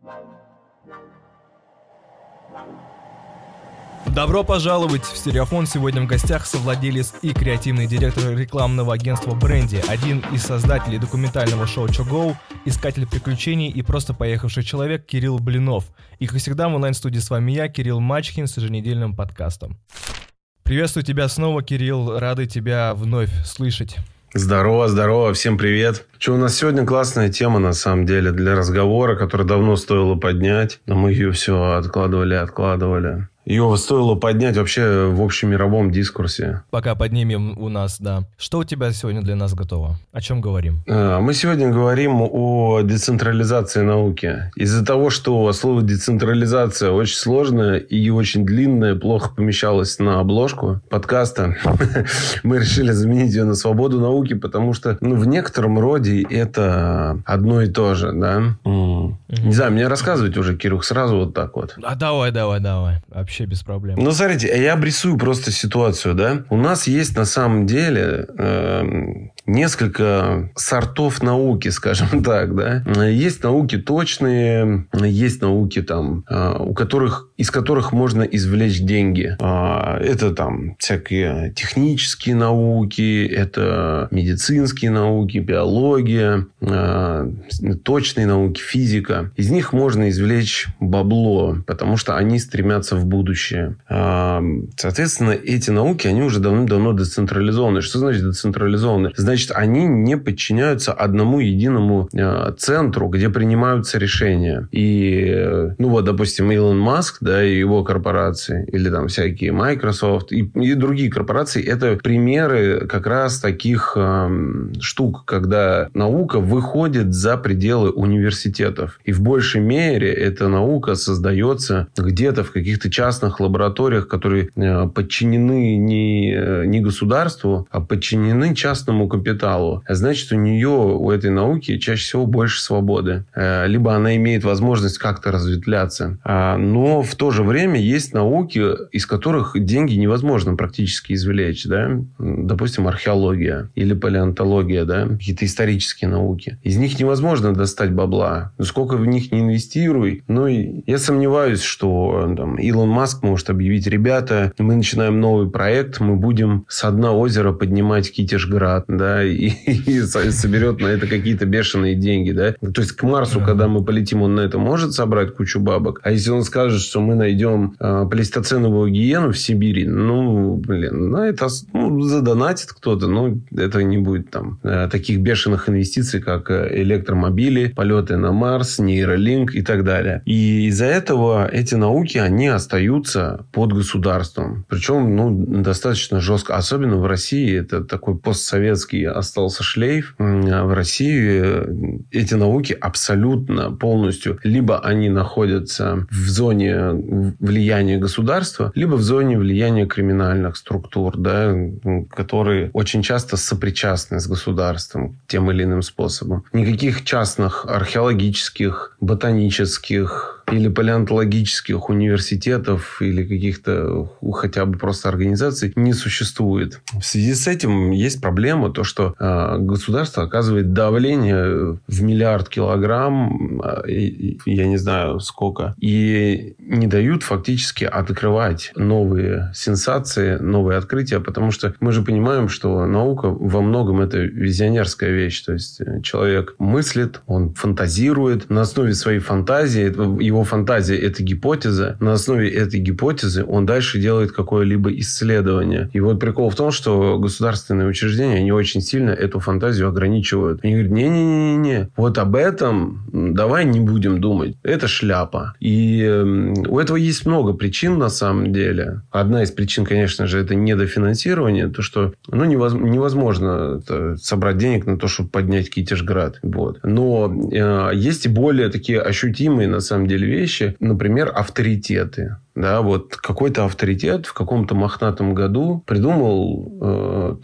Добро пожаловать в Стереофон. Сегодня в гостях совладелец и креативный директор рекламного агентства Бренди, один из создателей документального шоу «Чо Гоу», искатель приключений и просто поехавший человек Кирилл Блинов. И, как всегда, в онлайн-студии с вами я, Кирилл Мачкин, с еженедельным подкастом. Приветствую тебя снова, Кирилл, рады тебя вновь слышать. Здорово, всем привет. У нас сегодня классная тема, на самом деле, для разговора, которую давно стоило поднять, но мы ее все откладывали. Ее стоило поднять вообще в общемировом дискурсе. Пока поднимем у нас, да. Что у тебя сегодня для нас готово? О чем говорим? Мы сегодня говорим о децентрализации науки. Из-за того, что слово децентрализация очень сложное и очень длинное, плохо помещалось на обложку подкаста, мы решили заменить ее на свободу науки, потому что в некотором роде это одно и то же, да? Не знаю, мне рассказывать уже, Кирюх, сразу вот так вот. Давай. Вообще без проблем. Смотрите, я обрисую просто ситуацию, да? У нас есть на самом деле несколько сортов науки, скажем так, да? Есть науки точные, есть науки там, из которых можно извлечь деньги. Это там всякие технические науки, это медицинские науки, биология, точные науки, физика. Из них можно извлечь бабло, потому что они стремятся в будущее. Соответственно, эти науки, они уже давным-давно децентрализованы. Что значит децентрализованы? Значит, они не подчиняются одному единому центру, где принимаются решения. И, допустим, Илон Маск, да, и его корпорации, или там всякие Microsoft и другие корпорации, это примеры как раз таких штук, когда наука выходит за пределы университетов. И в большей мере эта наука создается где-то в каких-то частных лабораториях, которые подчинены не государству, а подчинены частному капиталу. Значит, у этой науки чаще всего больше свободы. Либо она имеет возможность как-то разветвляться. Но в то же время есть науки, из которых деньги невозможно практически извлечь. Да? Допустим, археология или палеонтология, да? Какие-то исторические науки. Из них невозможно достать бабла. Сколько в них не инвестируй. Я сомневаюсь, что Илон Маск может объявить: ребята, мы начинаем новый проект, мы будем с дна озера поднимать Китежград, да, и соберет на это какие-то бешеные деньги, да. То есть, к Марсу, когда мы полетим, он на это может собрать кучу бабок. А если он скажет, что мы найдем плейстоценовую гиену в Сибири, на это задонатит кто-то, но это не будет там таких бешеных инвестиций, как электромобили, полеты на Марс, нейролинк и так далее. И из-за этого эти науки, они остаются под государством. Причем, достаточно жестко. Особенно в России. Это такой постсоветский остался шлейф. В России эти науки абсолютно полностью либо они находятся в зоне влияния государства, либо в зоне влияния криминальных структур, да, которые очень часто сопричастны с государством тем или иным способом. Никаких частных археологических, ботанических или палеонтологических университетов или каких-то хотя бы просто организаций не существует. В связи с этим есть проблема, то, что государство оказывает давление в 1 миллиард килограмм, я не знаю сколько, и не дают фактически открывать новые сенсации, новые открытия, потому что мы же понимаем, что наука во многом это визионерская вещь. То есть человек мыслит, он фантазирует на основе своей фантазии, его фантазия – это гипотеза. На основе этой гипотезы он дальше делает какое-либо исследование. И вот прикол в том, что государственные учреждения, они очень сильно эту фантазию ограничивают. Они говорят: не-не-не, вот об этом давай не будем думать. Это шляпа. И у этого есть много причин на самом деле. Одна из причин, конечно же, это недофинансирование. То, что невозможно собрать денег на то, чтобы поднять Китежград. Вот. Но есть и более такие ощутимые, на самом деле, вещи. Например, авторитеты. Да, вот какой-то авторитет в каком-то мохнатом году придумал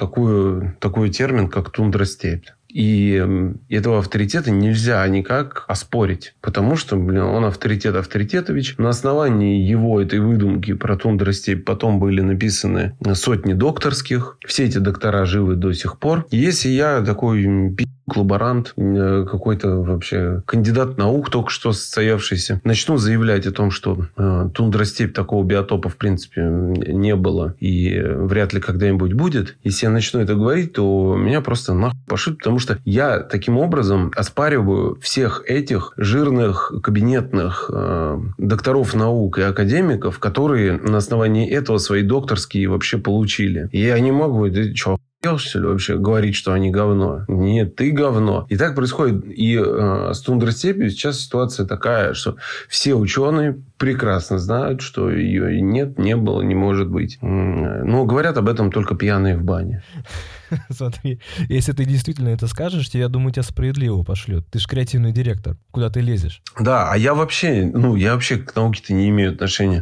такой термин, как тундростепь. И этого авторитета нельзя никак оспорить. Потому что, он авторитет Авторитетович. На основании его этой выдумки про тундростепь потом были написаны сотни докторских. Все эти доктора живы до сих пор. И если я такой лаборант, какой-то вообще кандидат наук, только что состоявшийся, начну заявлять о том, что тундра-степь такого биотопа, в принципе, не было и вряд ли когда-нибудь будет, если я начну это говорить, то меня просто нахуй пошлют, потому что я таким образом оспариваю всех этих жирных кабинетных докторов наук и академиков, которые на основании этого свои докторские вообще получили. И я не могу, ты что, что ли, вообще говорить, что они говно? Нет, ты говно. И так происходит. И с тундростепью сейчас ситуация такая, что все ученые прекрасно знают, что ее нет, не было, не может быть. Но говорят об этом только пьяные в бане. Смотри, если ты действительно это скажешь, я думаю, тебя справедливо пошлют. Ты же креативный директор. Куда ты лезешь? Да, а я вообще к науке-то не имею отношения.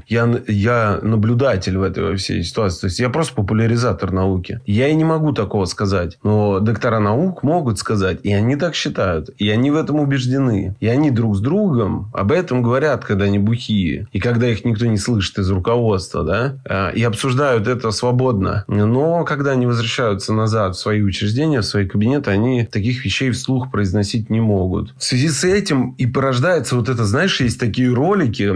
Я наблюдатель в этой всей ситуации. То есть, я просто популяризатор науки. Я и не могу такого сказать. Но доктора наук могут сказать. И они так считают. И они в этом убеждены. И они друг с другом об этом говорят, когда они бухие. И когда их никто не слышит из руководства. Да? И обсуждают это свободно. Но когда они возвращаются назад в свои учреждения, в свои кабинеты, они таких вещей вслух произносить не могут. В связи с этим и порождается вот это, знаешь, есть такие ролики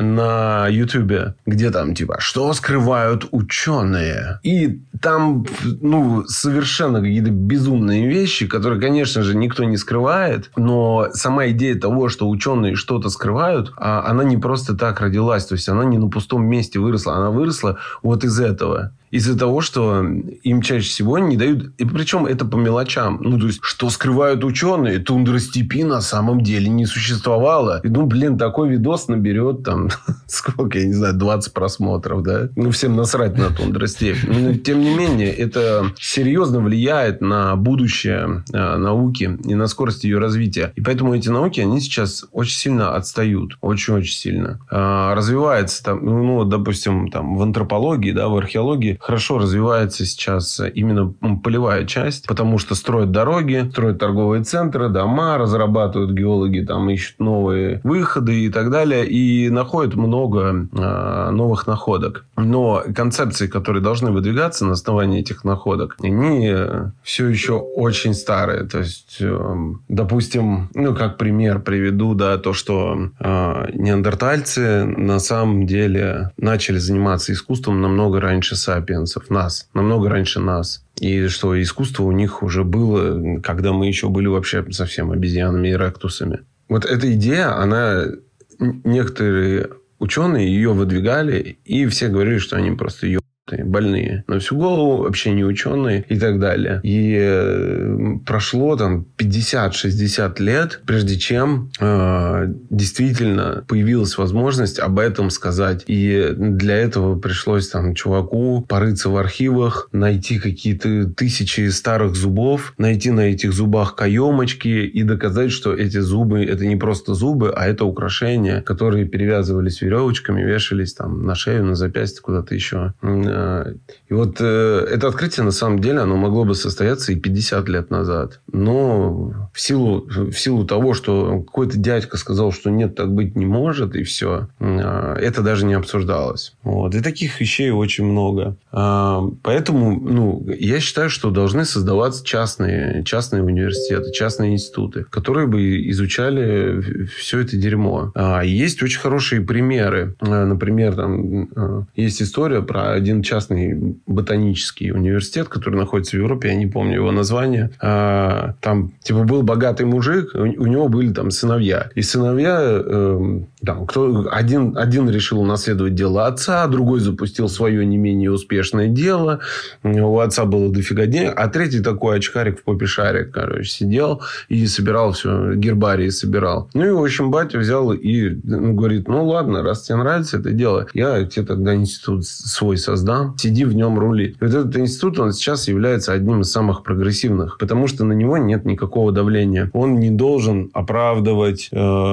на Ютубе, где там типа, что скрывают ученые? И там, совершенно какие-то безумные вещи, которые, конечно же, никто не скрывает, но сама идея того, что ученые что-то скрывают, она не просто так родилась, то есть она не на пустом месте выросла, она выросла вот из этого. Из-за того, что им чаще всего не дают... И причем это по мелочам. То есть, что скрывают ученые? Тундра-степи на самом деле не существовало. И, такой видос наберет там... Сколько, я не знаю, 20 просмотров, да? Всем насрать на тундра-степь. Но, тем не менее, это серьезно влияет на будущее науки и на скорость ее развития. И поэтому эти науки, они сейчас очень сильно отстают. Очень-очень сильно. Развивается там, допустим, там, в антропологии, да, в археологии хорошо развивается сейчас именно полевая часть, потому что строят дороги, строят торговые центры, дома, разрабатывают геологи, там ищут новые выходы и так далее, и находят много новых находок. Но концепции, которые должны выдвигаться на основании этих находок, они все еще очень старые. То есть, допустим, как пример приведу, да, то, что неандертальцы на самом деле начали заниматься искусством намного раньше сапиенсов, намного раньше нас. И что искусство у них уже было, когда мы еще были вообще совсем обезьянами и ректусами. Вот эта идея, некоторые ученые ее выдвигали, и все говорили, что они просто больные на всю голову, вообще не ученые и так далее. И прошло там 50-60 лет, прежде чем действительно появилась возможность об этом сказать. И для этого пришлось там чуваку порыться в архивах, найти какие-то тысячи старых зубов, найти на этих зубах каемочки и доказать, что эти зубы это не просто зубы, а это украшения, которые перевязывались веревочками, вешались там на шею, на запястье, куда-то еще. И вот это открытие, на самом деле, оно могло бы состояться и 50 лет назад. Но в силу того, что какой-то дядька сказал, что нет, так быть не может, и все, это даже не обсуждалось. Вот. И таких вещей очень много. Поэтому я считаю, что должны создаваться частные университеты, частные институты, которые бы изучали все это дерьмо. Есть очень хорошие примеры. Например, там есть история про один частный ботанический университет, который находится в Европе, я не помню его название. Там был богатый мужик, у него были там сыновья. И сыновья, один решил унаследовать дело отца, другой запустил свое не менее успешное дело. У отца было дофига денег, а третий такой очкарик в попе шарик, сидел и собирал все, гербарий собирал. И, в общем, батя взял и говорит, ладно, раз тебе нравится это дело, я тебе тогда институт свой создам, сиди в нем рули. Вот этот институт, он сейчас является одним из самых прогрессивных, потому что на него нет никакого давления. Он не должен оправдывать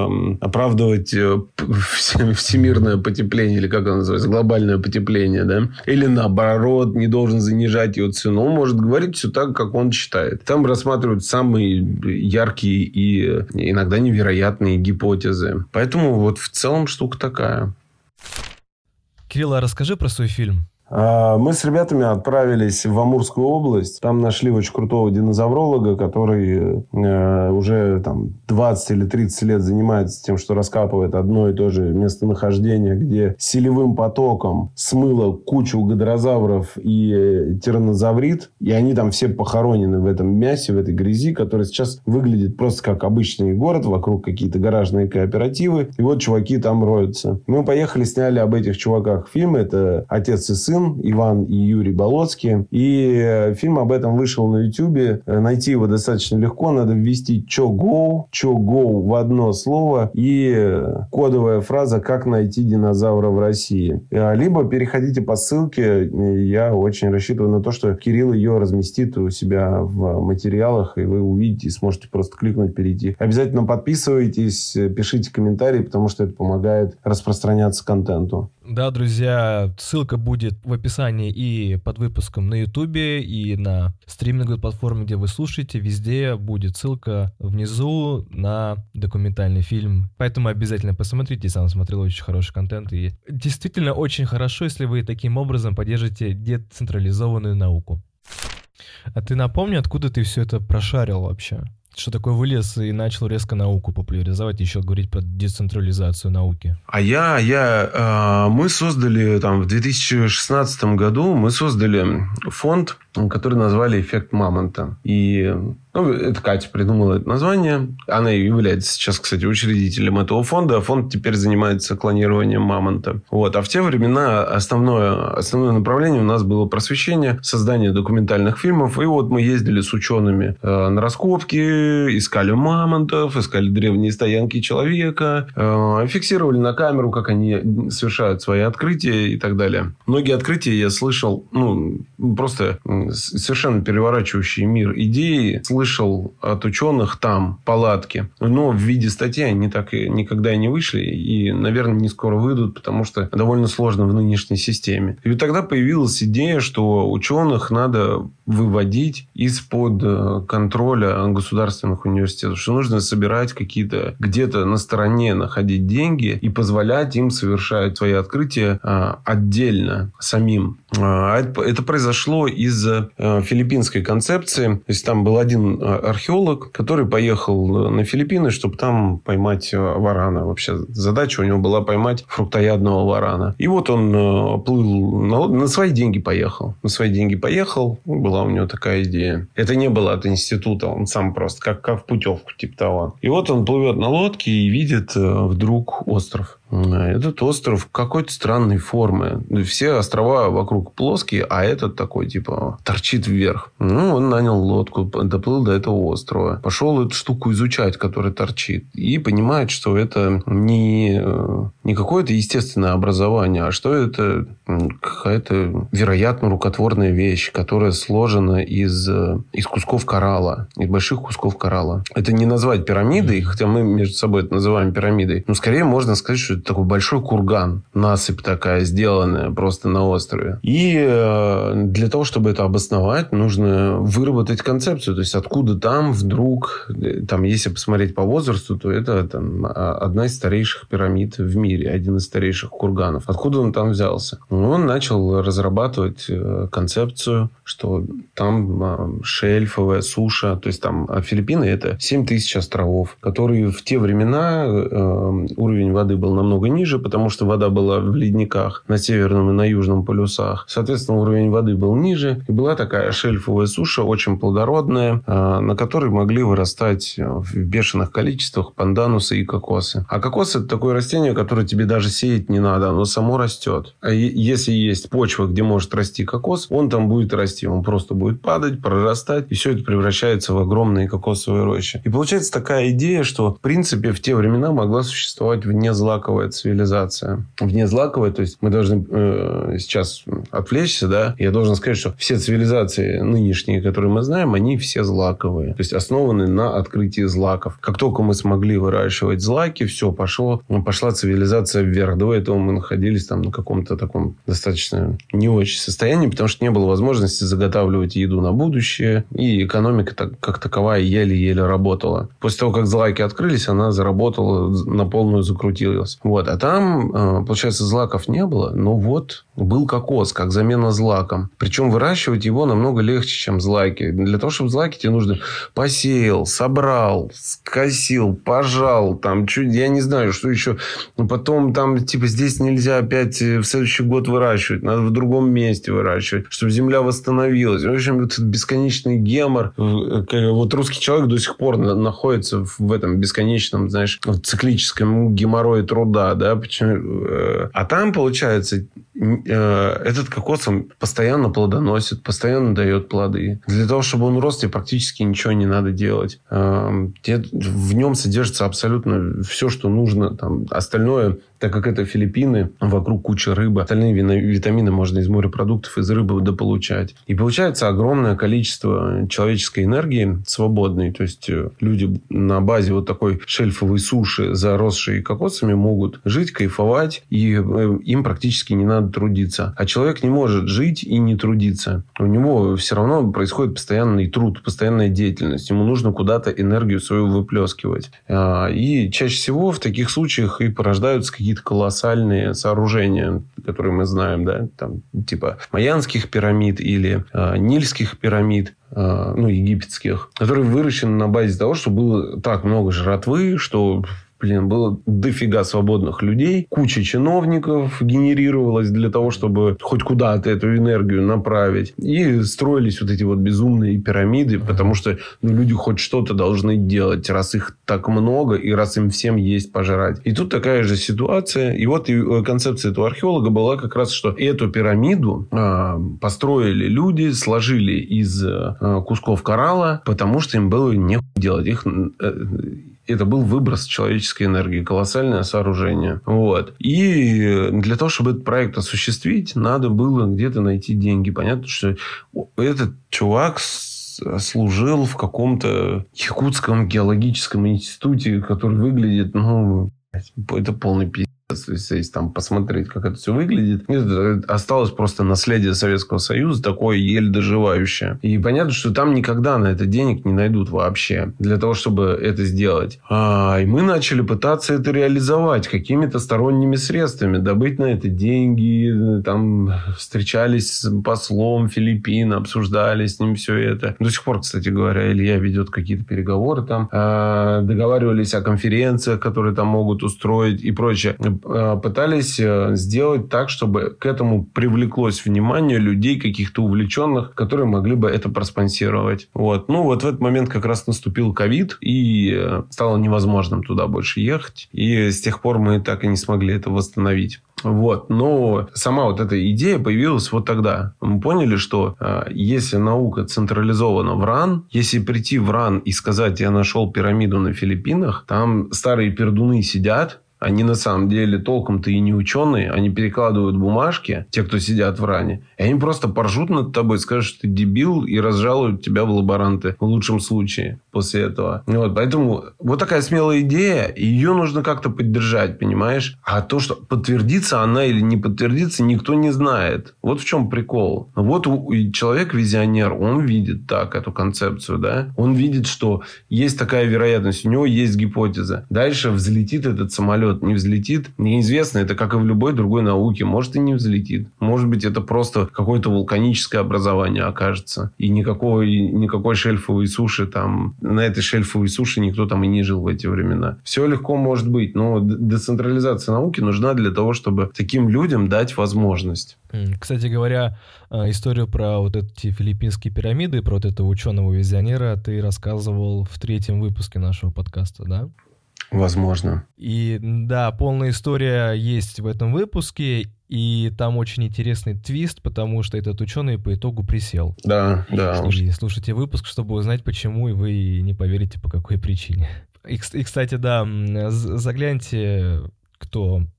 всемирное потепление, или как оно называется, глобальное потепление, да? Или наоборот, не должен занижать его цену. Он может говорить все так, как он считает. Там рассматривают самые яркие и иногда невероятные гипотезы. Поэтому вот в целом штука такая. Кирилл, а расскажи про свой фильм. Мы с ребятами отправились в Амурскую область. Там нашли очень крутого динозавролога, который уже там 20 или 30 лет занимается тем, что раскапывает одно и то же местонахождение, где селевым потоком смыло кучу гадрозавров и тираннозаврид. И они там все похоронены в этом мясе, в этой грязи, которая сейчас выглядит просто как обычный город. Вокруг какие-то гаражные кооперативы. И вот чуваки там роются. Мы поехали, сняли об этих чуваках фильм. Это «Отец и сын», Иван и Юрий Болоцкий. И фильм об этом вышел на Ютубе. Найти его достаточно легко. Надо ввести «Чо-гоу» в одно слово. И кодовая фраза «Как найти динозавра в России». Либо переходите по ссылке. Я очень рассчитываю на то, что Кирилл ее разместит у себя в материалах. И вы увидите и сможете просто кликнуть, перейти. Обязательно подписывайтесь, пишите комментарии, потому что это помогает распространяться контенту. Да, друзья, ссылка будет в описании и под выпуском на Ютубе, и на стриминговой платформе, где вы слушаете. Везде будет ссылка внизу на документальный фильм. Поэтому обязательно посмотрите. Сам смотрел, очень хороший контент. И действительно очень хорошо, если вы таким образом поддержите децентрализованную науку. А ты напомни, откуда ты все это прошарил вообще? Что такое вылез и начал резко науку популяризовать, еще говорить про децентрализацию науки? Мы создали там в 2016 году фонд, который назвали «Эффект Мамонта». И это Катя придумала это название. Она является сейчас, кстати, учредителем этого фонда. Фонд теперь занимается клонированием мамонта. А в те времена основное направление у нас было просвещение, создание документальных фильмов. И мы ездили с учеными на раскопки, искали мамонтов, искали древние стоянки человека, фиксировали на камеру, как они совершают свои открытия и так далее. Многие открытия я слышал, просто совершенно переворачивающие мир идеи, слышал от ученых там, палатки. Но в виде статьи они так и никогда и не вышли. И, наверное, не скоро выйдут, потому что довольно сложно в нынешней системе. И тогда появилась идея, что ученых надо выводить из-под контроля государственных университетов. Что нужно собирать какие-то, где-то на стороне находить деньги и позволять им совершать свои открытия отдельно самим. Это произошло из-за филиппинской концепции. То есть там был один археолог, который поехал на Филиппины, чтобы там поймать варана. Вообще задача у него была поймать фруктоядного варана. И вот он плыл на свои деньги поехал. Была у него такая идея. Это не было от института. Он сам просто как в путевку типа того. И вот он плывет на лодке и видит вдруг остров. Этот остров какой-то странной формы. Все острова вокруг плоские, а этот такой, типа, торчит вверх. Он нанял лодку, доплыл до этого острова. Пошел эту штуку изучать, которая торчит. И понимает, что это не какое-то естественное образование, а что это какая-то, вероятно, рукотворная вещь, которая сложена из кусков коралла. Из больших кусков коралла. Это не назвать пирамидой, хотя мы между собой это называем пирамидой. Но скорее можно сказать, что это такой большой курган. Насыпь такая, сделанная просто на острове. И для того, чтобы это обосновать, нужно выработать концепцию. То есть, откуда там вдруг... Там, если посмотреть по возрасту, то это там, одна из старейших пирамид в мире. Один из старейших курганов. Откуда он там взялся? Он начал разрабатывать концепцию, что там шельфовая суша. То есть, там Филиппины – это 7000 островов, которые в те времена уровень воды был намного ниже, потому что вода была в ледниках на северном и на южном полюсах. Соответственно, уровень воды был ниже. И была такая шельфовая суша, очень плодородная, на которой могли вырастать в бешеных количествах панданусы и кокосы. А кокос – это такое растение, которое тебе даже сеять не надо. Оно само растет. А если есть почва, где может расти кокос, он там будет расти. Он просто будет падать, прорастать. И все это превращается в огромные кокосовые рощи. И получается такая идея, что в принципе в те времена могла существовать внезлаковая цивилизация. Внезлаковая, то есть мы должны сейчас отвлечься, да. Я должен сказать, что все цивилизации нынешние, которые мы знаем, они все злаковые. То есть основаны на открытии злаков. Как только мы смогли выращивать злаки, все, пошла цивилизация вверх. До этого мы находились там на каком-то таком достаточно не очень состоянии, потому что не было возможности заготавливать еду на будущее. И экономика как таковая еле-еле работала. После того, как злаки открылись, она заработала на полную, закрутилась. Вот. А там, получается, злаков не было, но вот был кокос, как замена злакам. Причем выращивать его намного легче, чем злаки. Для того, чтобы злаки, тебе нужно посеял, собрал, скосил, пожал, там, чуть, я не знаю, что еще. Но потом там, типа, здесь нельзя опять в следующий год выращивать, надо в другом месте выращивать, чтобы земля восстановилась. В общем, этот бесконечный гемор. Вот русский человек до сих пор находится в этом бесконечном, знаешь, циклическом геморрое труда, да, почему? А там, получается, этот кокос он постоянно плодоносит, постоянно дает плоды. Для того, чтобы он рос, тебе практически ничего не надо делать. В нем содержится абсолютно все, что нужно. Там, остальное, так как это Филиппины, вокруг куча рыбы, остальные витамины можно из морепродуктов, из рыбы дополучать. И получается огромное количество человеческой энергии свободной. То есть люди на базе вот такой шельфовой суши, заросшей кокосами, могут жить, кайфовать, и им практически не надо трудиться. А человек не может жить и не трудиться. У него все равно происходит постоянный труд, постоянная деятельность. Ему нужно куда-то энергию свою выплескивать. И чаще всего в таких случаях и порождаются какие-то колоссальные сооружения, которые мы знаем, да, там, типа майянских пирамид или нильских пирамид, египетских, которые выращены на базе того, что было так много жратвы, что было дофига свободных людей, куча чиновников генерировалась для того, чтобы хоть куда-то эту энергию направить. И строились вот эти вот безумные пирамиды, потому что люди хоть что-то должны делать, раз их так много и раз им всем есть пожрать. И тут такая же ситуация. И вот концепция этого археолога была как раз, что эту пирамиду построили люди, сложили из кусков коралла, потому что им было нехуй делать. Это был выброс человеческой энергии. Колоссальное сооружение. Вот. И для того, чтобы этот проект осуществить, надо было где-то найти деньги. Понятно, что этот чувак служил в каком-то якутском геологическом институте, который выглядит, это полный пиздец. Если там посмотреть, как это все выглядит, это осталось просто наследие Советского Союза, такое еле доживающее. И понятно, что там никогда на это денег не найдут вообще для того, чтобы это сделать. И мы начали пытаться это реализовать какими-то сторонними средствами, добыть на это деньги, там встречались с послом Филиппин, обсуждали с ним все это. До сих пор, кстати говоря, Илья ведет какие-то переговоры там, договаривались о конференциях, которые там могут устроить и прочее. Пытались сделать так, чтобы к этому привлеклось внимание людей, каких-то увлеченных, которые могли бы это проспонсировать. Вот. Вот в этот момент как раз наступил ковид, и стало невозможным туда больше ехать. И с тех пор мы так и не смогли это восстановить. Вот. Но сама вот эта идея появилась вот тогда. Мы поняли, что если наука централизована в РАН, если прийти в РАН и сказать, я нашел пирамиду на Филиппинах, там старые пердуны сидят, они на самом деле толком-то и не ученые. Они перекладывают бумажки, те, кто сидят в РАНе. И они просто поржут над тобой, скажут, что ты дебил, и разжалуют тебя в лаборанты. В лучшем случае после этого. Поэтому вот такая смелая идея. И ее нужно как-то поддержать, понимаешь? А то, что подтвердится она или не подтвердится, никто не знает. Вот в чем прикол. Вот человек-визионер, он видит так эту концепцию, да? Он видит, что есть такая вероятность. У него есть гипотеза. Дальше взлетит этот самолет, не взлетит, неизвестно. Это как и в любой другой науке. Может и не взлетит. Может быть, это просто какое-то вулканическое образование окажется. И никакой шельфовой суши там... На этой шельфовой суше никто там и не жил в эти времена. Все легко может быть. Но децентрализация науки нужна для того, чтобы таким людям дать возможность. Кстати говоря, историю про вот эти филиппинские пирамиды, про вот этого ученого-визионера ты рассказывал в 3-м выпуске нашего подкаста, да? Возможно. И да, полная история есть в этом выпуске, и там очень интересный твист, потому что этот ученый по итогу присел. Да. И слушайте выпуск, чтобы узнать, почему, и вы не поверите, по какой причине. И кстати, да, загляньте, кто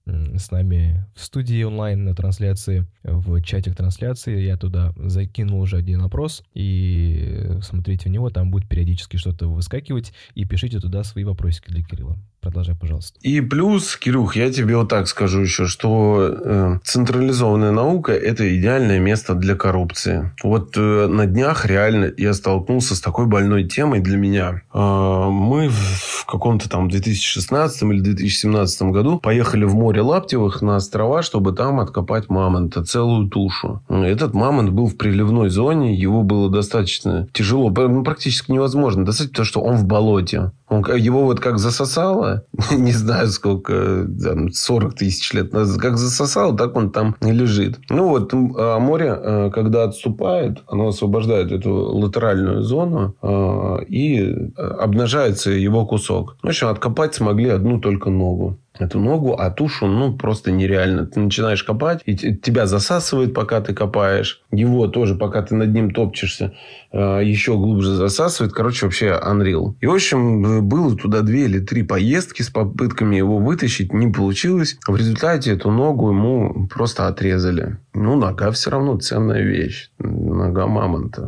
с нами в студии онлайн на трансляции, в чатик трансляции. Я туда закинул уже один опрос, и смотрите в него, там будет периодически что-то выскакивать, и пишите туда свои вопросики для Кирилла. Продолжай, пожалуйста. И плюс, Кирюх, я тебе вот так скажу еще, что централизованная наука – это идеальное место для коррупции. Вот на днях реально я столкнулся с такой больной темой для меня. Мы в каком-то там 2016 или 2017 году поехали в море Лаптевых на острова, чтобы там откопать мамонта, целую тушу. Этот мамонт был в приливной зоне, его было достаточно тяжело, практически невозможно достать, потому что он в болоте. Его вот как засосало, не знаю сколько, 40 тысяч лет назад, как засосало, так он там и лежит. Ну вот, море, когда отступает, оно освобождает эту латеральную зону, и обнажается его кусок. В общем, откопать смогли одну только ногу. Эту ногу, а тушу, просто нереально. Ты начинаешь копать, и тебя засасывает, пока ты копаешь. Его тоже, пока ты над ним топчешься, еще глубже засасывает. Короче, вообще unreal. И, в общем, было туда 2 или 3 поездки с попытками его вытащить. Не получилось. В результате эту ногу ему просто отрезали. Нога все равно ценная вещь. Нога мамонта.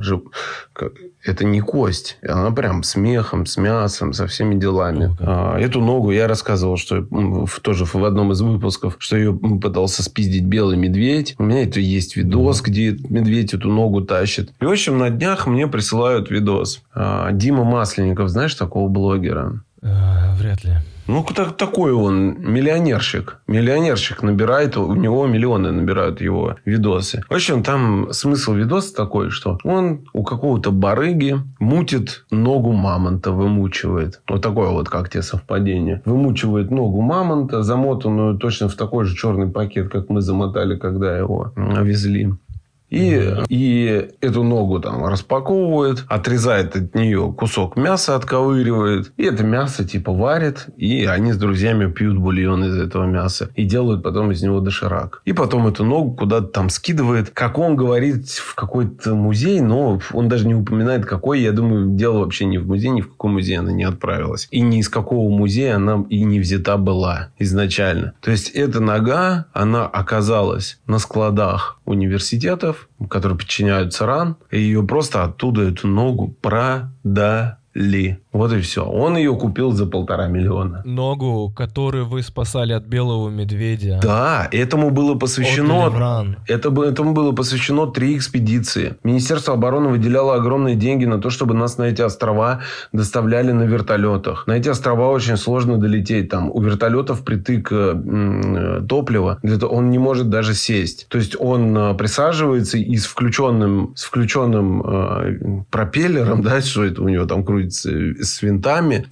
Это не кость. Она прям с мехом, с мясом, со всеми делами. Эту ногу я рассказывал, что тоже в одном из выпусков, что ее пытался спиздить белый медведь. У меня это есть видос, где медведь эту ногу тащит. И, в общем, на днях мне присылают видос. Дима Масленников, знаешь такого блогера? Вряд ли. Такой он миллионерщик. Миллионерщик набирает, у него миллионы набирают его видосы. В общем, там смысл видоса такой, что он у какого-то барыги мутит ногу мамонта, вымучивает. Вот такое вот, как тебе совпадение. Вымучивает ногу мамонта, замотанную точно в такой же черный пакет, как мы замотали, когда его везли. И эту ногу там распаковывает, отрезает от нее кусок мяса, отковыривает. И это мясо типа варит. И они с друзьями пьют бульон из этого мяса. И делают потом из него доширак. И потом эту ногу куда-то там скидывает. Как он говорит, в какой-то музей. Но он даже не упоминает, какой. Я думаю, дело вообще не в музее. Ни в какой музей она не отправилась. И ни из какого музея она и не взята была изначально. То есть, эта нога, она оказалась на складах университетов, которые подчиняются РАН, и ее просто оттуда, эту ногу, продали. Вот и все. Он ее купил за 1,5 миллиона. Ногу, которую вы спасали от белого медведя. Да, этому было посвящено... Этому было посвящено 3 экспедиции. Министерство обороны выделяло огромные деньги на то, чтобы нас на эти острова доставляли на вертолетах. На эти острова очень сложно долететь. Там у вертолетов притык топлива. Он не может даже сесть. То есть, он присаживается и с включенным пропеллером, да, что это у него там крутится, с винтами,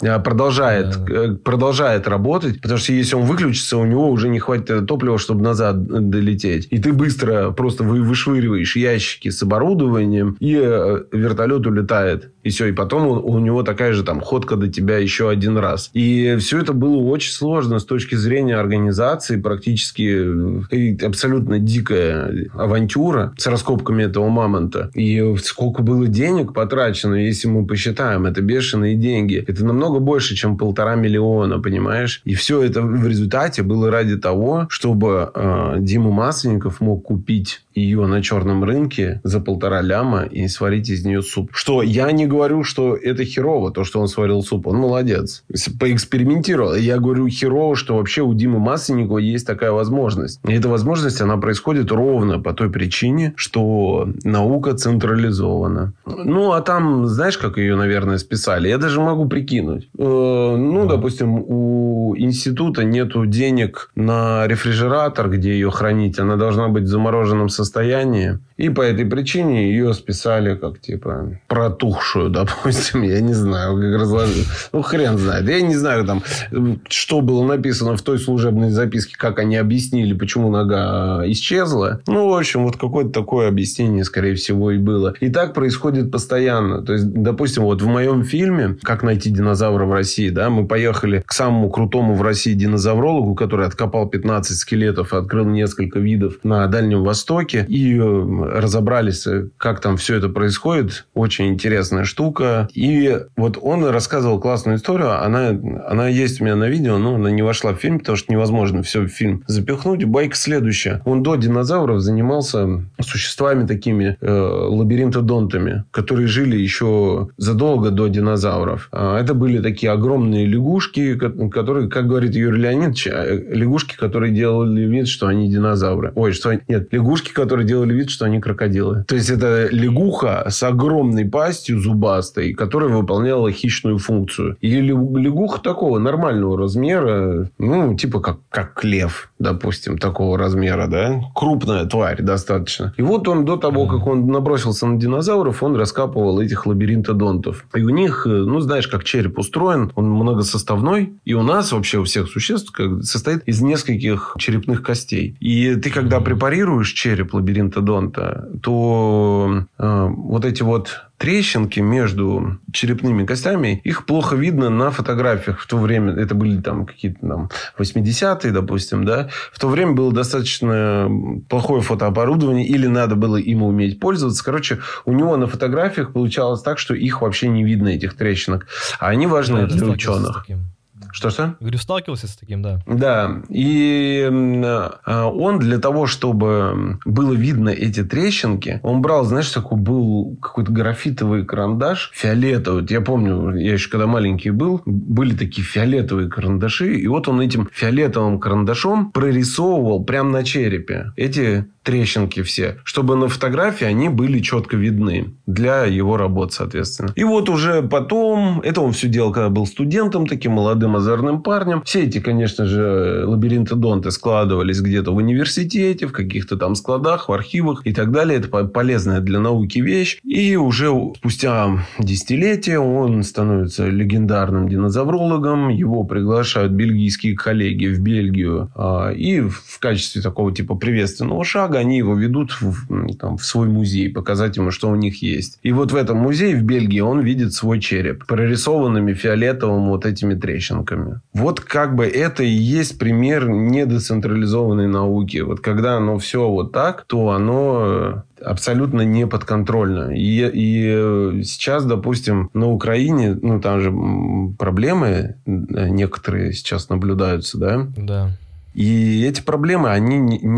продолжает работать, потому что если он выключится, у него уже не хватит топлива, чтобы назад долететь. И ты быстро просто вышвыриваешь ящики с оборудованием, и вертолет улетает. И все. И потом у него такая же там ходка до тебя еще один раз. И все это было очень сложно с точки зрения организации. Практически абсолютно дикая авантюра с раскопками этого мамонта. И сколько было денег потрачено, если мы посчитаем, это бешеные деньги. Это намного больше, чем 1,5 миллиона, понимаешь? И все это в результате было ради того, чтобы Дима Масленников мог купить ее на черном рынке за 1,5 ляма и сварить из нее суп. Что я не говорю, что это херово, то, что он сварил суп. Он молодец. Поэкспериментировал. Я говорю херово, что вообще у Димы Масленникова есть такая возможность. И эта возможность, она происходит ровно по той причине, что наука централизована. А там, знаешь, как ее, наверное, списали? Я даже могу прикинуть. Допустим, у института нету денег на рефрижератор, где ее хранить. Она должна быть в замороженном состоянии. И по этой причине ее списали как, типа, протухшую, допустим. Я не знаю, как разложить. Хрен знает. Я не знаю, там, что было написано в той служебной записке, как они объяснили, почему нога исчезла. В общем, вот какое-то такое объяснение, скорее всего, и было. И так происходит постоянно. То есть, допустим, вот в моем фильме «Как найти динозавра в России», да, мы поехали к самому крутому в России динозаврологу, который откопал 15 скелетов и открыл несколько видов на Дальнем Востоке. И разобрались, как там все это происходит. Очень интересная штука. И вот он рассказывал классную историю. Она есть у меня на видео, но она не вошла в фильм, потому что невозможно все в фильм запихнуть. Байка следующая. Он до динозавров занимался существами такими лабиринтодонтами, которые жили еще задолго до динозавров. Это были такие огромные лягушки, которые, как говорит Юрий Леонидович, лягушки, которые делали вид, что они динозавры. Нет, лягушки, которые делали вид, что они крокодилы. То есть, это лягуха с огромной пастью зубастой, которая выполняла хищную функцию. И лягуха такого нормального размера, типа как лев, допустим, такого размера, да? Крупная тварь достаточно. И вот он до того, как он набросился на динозавров, он раскапывал этих лабиринтодонтов. И у них, знаешь, как череп устроен, он многосоставной. И у нас вообще у всех существ состоит из нескольких черепных костей. И ты, когда препарируешь череп лабиринтодонта, то вот эти вот трещинки между черепными костями, их плохо видно на фотографиях. В то время, это были там какие-то 80-е, допустим, да. В то время было достаточно плохое фотооборудование, или надо было им уметь пользоваться. Короче, у него на фотографиях получалось так, что их вообще не видно, этих трещинок. А они важны для ученых. Что? Говорю, сталкивался с таким, да. Да. И он для того, чтобы было видно эти трещинки, он брал, знаешь, такой был какой-то графитовый карандаш фиолетовый. Я помню, я еще когда маленький был, были такие фиолетовые карандаши. И вот он этим фиолетовым карандашом прорисовывал прямо на черепе эти трещинки все, чтобы на фотографии они были четко видны для его работ, соответственно. И вот уже потом, это он все делал, когда был студентом, таким молодым озорным парнем. Все эти, конечно же, лабиринтодонты складывались где-то в университете, в каких-то там складах, в архивах и так далее. Это полезная для науки вещь. И уже спустя десятилетия он становится легендарным динозаврологом. Его приглашают бельгийские коллеги в Бельгию. И в качестве такого типа приветственного шага они его ведут в свой музей, показать ему, что у них есть. И вот в этом музее в Бельгии он видит свой череп, прорисованными фиолетовым вот этими трещинками. Вот как бы это и есть пример недецентрализованной науки. Вот когда оно все вот так, то оно абсолютно не подконтрольно. И сейчас, допустим, на Украине, там же проблемы некоторые сейчас наблюдаются, да? Да. И эти проблемы, они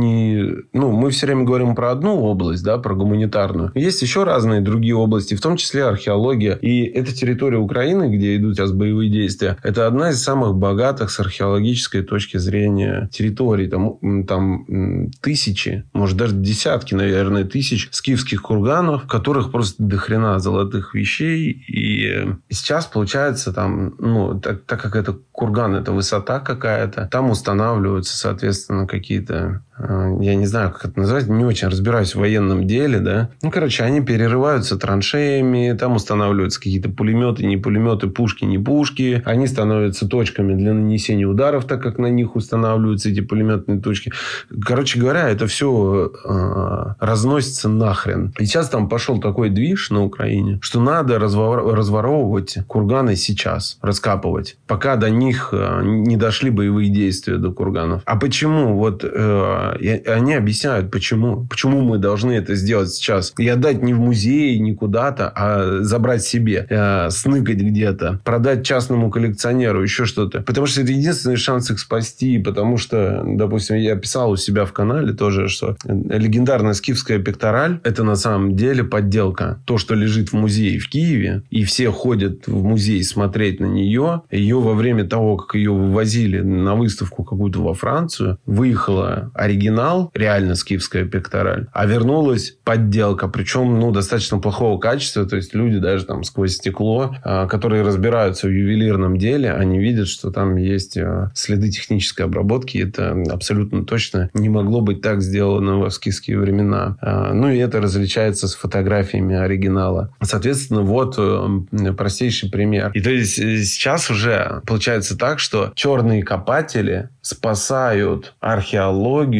мы все время говорим про одну область, да, про гуманитарную. Есть еще разные другие области, в том числе археология. И эта территория Украины, где идут сейчас боевые действия, это одна из самых богатых с археологической точки зрения территорий. Там тысячи, может, даже десятки, наверное, тысяч скифских курганов, в которых просто дохрена золотых вещей. И сейчас, получается, так как это курган, это высота какая-то, там устанавливаются, соответственно, какие-то, я не знаю, как это назвать, не очень разбираюсь в военном деле, да. Они перерываются траншеями, там устанавливаются какие-то пулеметы, не пулеметы, пушки, не пушки. Они становятся точками для нанесения ударов, так как на них устанавливаются эти пулеметные точки. Короче говоря, это все разносится нахрен. И сейчас там пошел такой движ на Украине, что надо разворовывать курганы сейчас, раскапывать, пока до них не дошли боевые действия до курганов. А почему? Они объясняют, почему. Почему мы должны это сделать сейчас. И отдать не в музей, не куда-то, а забрать себе. Сныкать где-то. Продать частному коллекционеру. Еще что-то. Потому что это единственный шанс их спасти. Потому что, допустим, я писал у себя в канале тоже, что легендарная скифская пектораль, это на самом деле подделка. То, что лежит в музее в Киеве, и все ходят в музей смотреть на нее. Ее во время того, как ее вывозили на выставку какую-то во Францию, выехала оригинал, реально скифская пектораль, а вернулась подделка, причем достаточно плохого качества, то есть люди даже там сквозь стекло, которые разбираются в ювелирном деле, они видят, что там есть следы технической обработки, это абсолютно точно не могло быть так сделано в скифские времена. И это различается с фотографиями оригинала. Соответственно, вот простейший пример. И то есть сейчас уже получается так, что черные копатели спасают археологию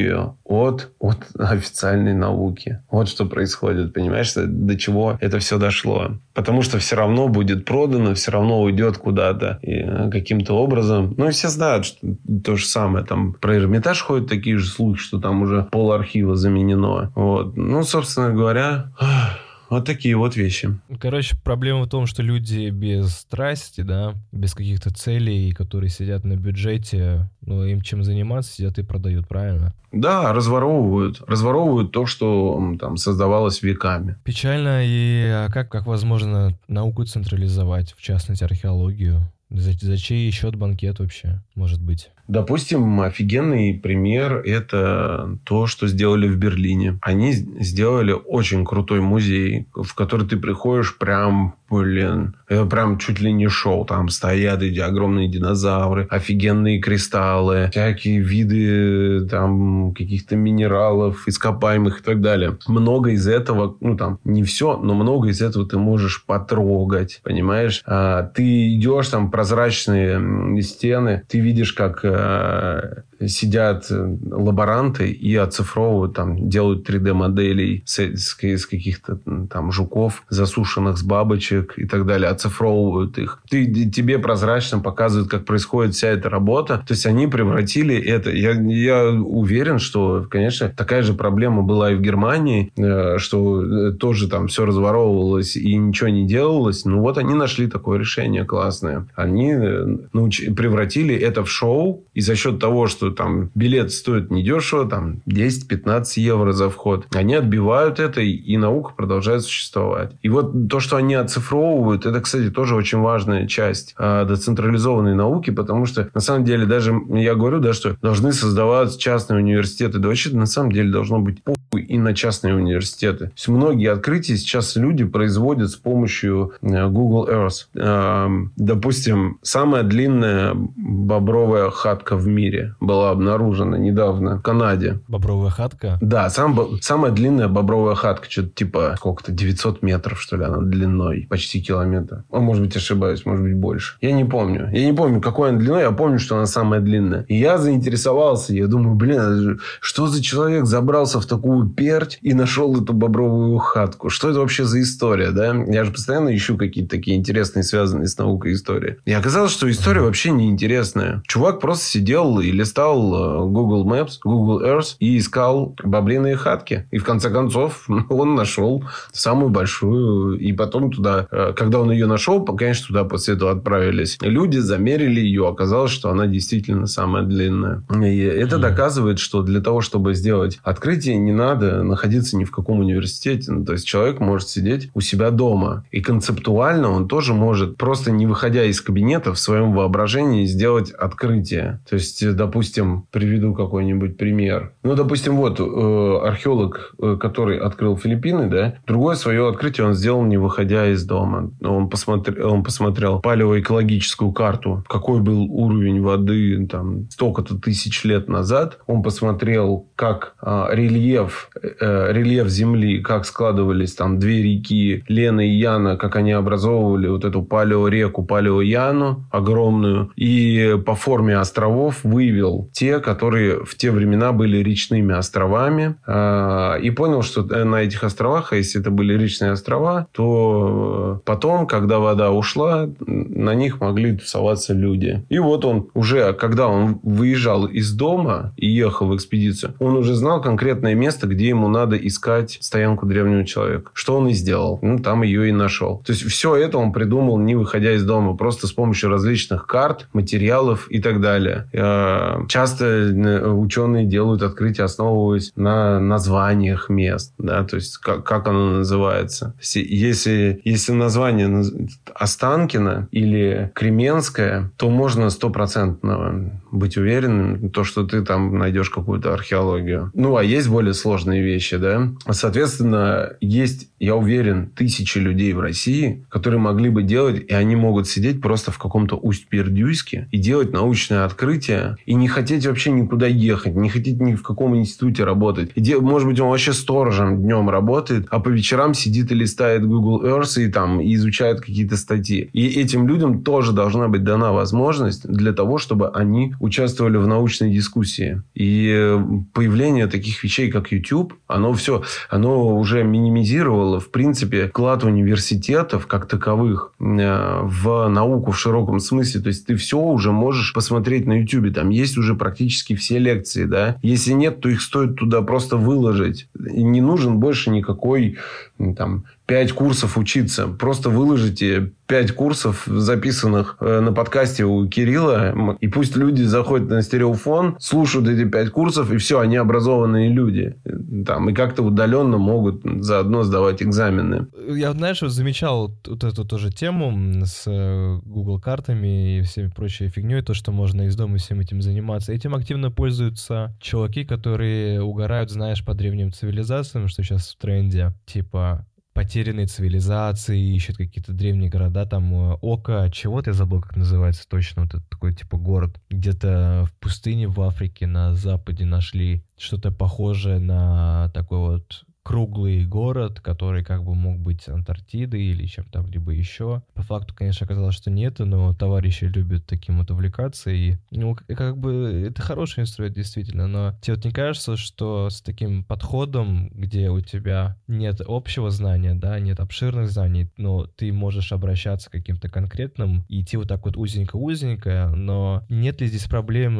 технологию от официальной науки. Вот что происходит, понимаешь, до чего это все дошло. Потому что все равно будет продано, все равно уйдет куда-то и каким-то образом. Ну, и все знают, что то же самое. Там про Эрмитаж ходят такие же слухи, что там уже пол-архива заменено. Вот. Ну, собственно говоря... Вот такие вот вещи. Короче, проблема в том, что люди без страсти, да, без каких-то целей, которые сидят на бюджете, ну, им чем заниматься, сидят и продают, правильно? Да, разворовывают. Разворовывают то, что там создавалось веками. Печально. И как возможно науку централизовать, в частности, археологию? За чей счет банкет вообще, может быть? Допустим, офигенный пример – это то, что сделали в Берлине. Они сделали очень крутой музей, в который ты приходишь прям, это прям чуть ли не шоу. Там стоят эти огромные динозавры, офигенные кристаллы, всякие виды там каких-то минералов, ископаемых и так далее. Много из этого, ну там не все, но много из этого ты можешь потрогать, понимаешь? Ты идешь, там прозрачные стены, ты видишь, как сидят лаборанты и оцифровывают, там, делают 3D-моделей с каких-то там жуков, засушенных с бабочек и так далее, оцифровывают их. Тебе прозрачно показывают, как происходит вся эта работа. То есть, они превратили это... Я уверен, что, конечно, такая же проблема была и в Германии, что тоже там все разворовывалось и ничего не делалось. Ну, вот они нашли такое решение классное. Они превратили это в шоу, и за счет того, что там билет стоит недешево, там 10-15 евро за вход, они отбивают это, и наука продолжает существовать. И вот то, что они оцифровывают, это, кстати, тоже очень важная часть децентрализованной науки, потому что, на самом деле, даже я говорю, да, что должны создаваться частные университеты. Да вообще, на самом деле, должно быть похуй и на частные университеты. То есть, многие открытия сейчас люди производят с помощью Google Earth. Допустим, самая длинная бобровая хатка в мире была обнаружена недавно в Канаде. Бобровая хатка? Да, самая длинная бобровая хатка. Что-то типа сколько-то 900 метров, что ли, она длиной. Почти километр. А может быть, ошибаюсь, может быть, больше. Я не помню. Я не помню, какой она длиной. Я помню, что она самая длинная. И я заинтересовался. Я думаю, блин, что за человек забрался в такую перть и нашел эту бобровую хатку? Что это вообще за история, да? Я же постоянно ищу какие-то такие интересные, связанные с наукой истории. И оказалось, что история вообще неинтересная. Чувак просто сидел и листал Google Maps, Google Earth и искал бобриные хатки. И в конце концов он нашел самую большую. И потом туда, когда он ее нашел, конечно, туда после этого отправились люди, замерили ее. Оказалось, что она действительно самая длинная. И это доказывает, что для того, чтобы сделать открытие, не надо находиться ни в каком университете. Ну, то есть, человек может сидеть у себя дома. И концептуально он тоже может, просто не выходя из кабинета, в своем воображении сделать открытие. То есть, допустим, приведу какой-нибудь пример. Ну, допустим, вот археолог, который открыл Филиппины, да, другое свое открытие он сделал, не выходя из дома. Он посмотрел палеоэкологическую карту, какой был уровень воды там столько-то тысяч лет назад. Он посмотрел, как рельеф Земли, как складывались там две реки Лена и Яна, как они образовывали вот эту палеореку, палеояну огромную. И по форме островов вывел те, которые в те времена были речными островами. И понял, что на этих островах, а если это были речные острова, то потом, когда вода ушла, на них могли тусоваться люди. И вот он уже, когда он выезжал из дома и ехал в экспедицию, он уже знал конкретное место, где ему надо искать стоянку древнего человека. Что он и сделал. Ну, там ее и нашел. То есть, все это он придумал, не выходя из дома, просто с помощью различных карт, материалов и так далее. Часто ученые делают открытия, основываясь на названиях мест. Да? То есть, как оно называется. Если название Останкино или Кременское, то можно 100% быть уверенным, то, что ты там найдешь какую-то археологию. Ну, а есть более сложные вещи, да? Соответственно, есть, я уверен, тысячи людей в России, которые могли бы делать, и они могут сидеть просто в каком-то Усть-Пердюйске и делать научное открытие, и не хотеть вообще никуда ехать, не хотеть ни в каком институте работать. Может быть, он вообще сторожем днем работает, а по вечерам сидит и листает Google Earth и там и изучает какие-то статьи. И этим людям тоже должна быть дана возможность для того, чтобы они участвовали в научной дискуссии. И появление таких вещей, как YouTube, оно уже минимизировало, в принципе, вклад университетов как таковых в науку в широком смысле. То есть, ты все уже можешь посмотреть на YouTube. Там есть уже практически все лекции, да. Если нет, то их стоит туда просто выложить. И не нужен больше никакой, там, 5 курсов учиться. Просто выложите 5 курсов, записанных на подкасте у Кирилла, и пусть люди заходят на стереофон, слушают эти 5 курсов, и все, они образованные люди. Там, и как-то удаленно могут заодно сдавать экзамены. Я, знаешь, замечал вот эту тоже тему с Google картами и всеми прочей фигней, то, что можно из дома всем этим заниматься. Этим активно пользуются чуваки, которые угорают, знаешь, по древним цивилизациям, что сейчас в тренде, типа потерянные цивилизации, ищут какие-то древние города, там Ока, чего-то я забыл, как называется точно, вот это такой типа город. Где-то в пустыне в Африке на западе нашли что-то похожее на такой вот круглый город, который как бы мог быть Антарктидой или чем-то либо еще. По факту, конечно, оказалось, что нет, но товарищи любят таким вот увлекаться, и ну, как бы это хороший инструмент, действительно, но тебе вот не кажется, что с таким подходом, где у тебя нет общего знания, да, нет обширных знаний, но ты можешь обращаться к каким-то конкретным и идти вот так вот узенько-узенько, но нет ли здесь проблемы,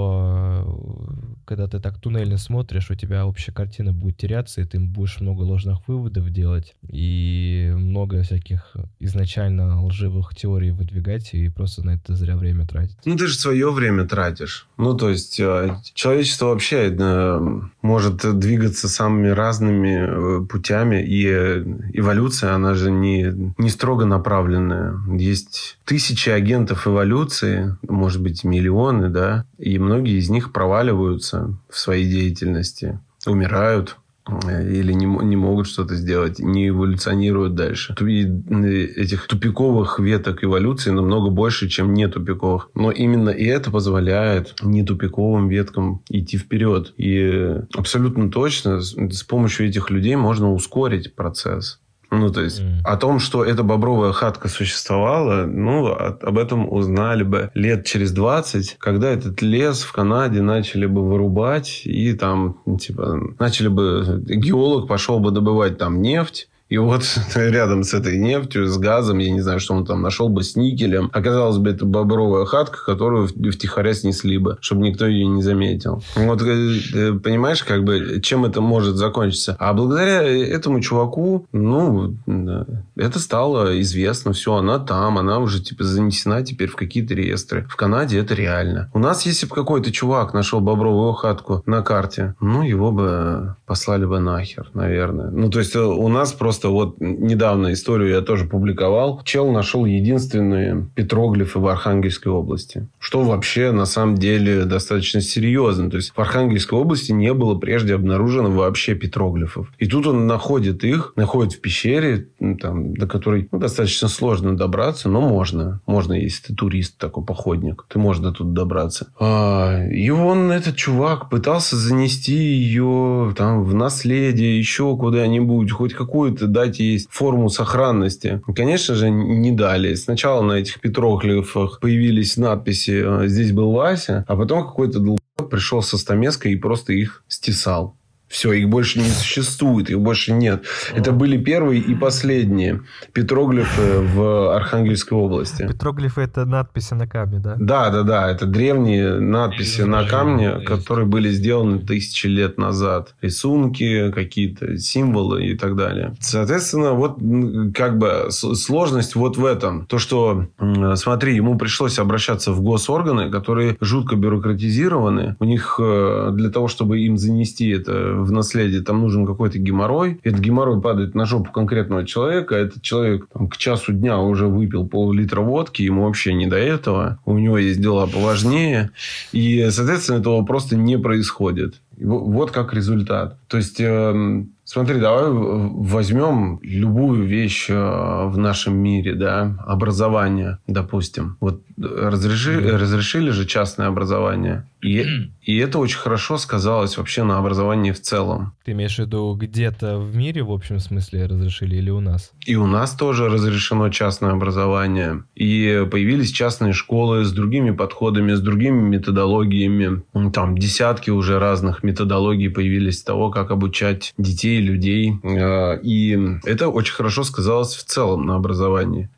что когда ты так туннельно смотришь, у тебя общая картина будет теряться, и ты будешь много ложных выводов делать и много всяких изначально лживых теорий выдвигать и просто на это зря время тратить. Ну, ты же свое время тратишь. Ну, то есть, человечество вообще может двигаться самыми разными путями, и эволюция, она же не строго направленная. Есть тысячи агентов эволюции, может быть, миллионы, да, и многие из них проваливаются в своей деятельности, умирают, или не могут что-то сделать, не эволюционируют дальше. И этих тупиковых веток эволюции намного больше, чем не тупиковых. Но именно и это позволяет не тупиковым веткам идти вперед. И абсолютно точно с помощью этих людей можно ускорить процесс. Ну, то есть, о том, что эта бобровая хатка существовала, ну, об этом узнали бы лет через 20, когда этот лес в Канаде начали бы вырубать, и там, типа, геолог пошел бы добывать там нефть, и вот рядом с этой нефтью, с газом, я не знаю, что он там нашел бы, с никелем, оказалась бы эта бобровая хатка, которую втихаря снесли бы, чтобы никто ее не заметил. Вот, понимаешь, как бы, чем это может закончиться? А благодаря этому чуваку, ну, это стало известно, все, она уже, типа, занесена теперь в какие-то реестры. В Канаде это реально. У нас, если бы какой-то чувак нашел бобровую хатку на карте, ну, его бы послали бы нахер, наверное. Ну, то есть, у нас просто вот недавно историю я тоже публиковал. Чел нашел единственные петроглифы в Архангельской области. Что вообще на самом деле достаточно серьезно. То есть в Архангельской области не было прежде обнаружено вообще петроглифов. И тут он находит в пещере, там, до которой достаточно сложно добраться, но можно. Можно, если ты турист, такой походник. Ты можешь до туда добраться. И этот чувак пытался занести ее там в наследие, еще куда-нибудь, хоть какую-то дать ей форму сохранности. Конечно же, не дали. Сначала на этих петроглифах появились надписи «Здесь был Вася», а потом какой-то долбоеб пришел со стамеской и просто их стесал. Все, их больше не существует, их больше нет. Это были первые и последние петроглифы в Архангельской области. Петроглифы — это надписи на камне, да? Да. Это древние надписи на камне, которые были сделаны тысячи лет назад. Рисунки, какие-то символы и так далее. Соответственно, вот как бы сложность вот в этом. То, что, смотри, ему пришлось обращаться в госорганы, которые жутко бюрократизированы. У них для того, чтобы им занести это в наследие, там нужен какой-то геморрой. Этот геморрой падает на жопу конкретного человека. Этот человек там, к часу дня уже выпил пол-литра водки. Ему вообще не до этого. У него есть дела поважнее. И, соответственно, этого просто не происходит. Вот как результат. То есть, смотри, давай возьмем любую вещь в нашем мире, да, образование, допустим. Вот разрешили же частное образование. И это очень хорошо сказалось вообще на образовании в целом. Ты имеешь в виду где-то в мире, в общем смысле, разрешили или у нас? И у нас тоже разрешено частное образование. И появились частные школы с другими подходами, с другими методологиями. Там десятки уже разных методологий появились того, как обучать детей, людей. И это очень хорошо сказалось в целом на образовании.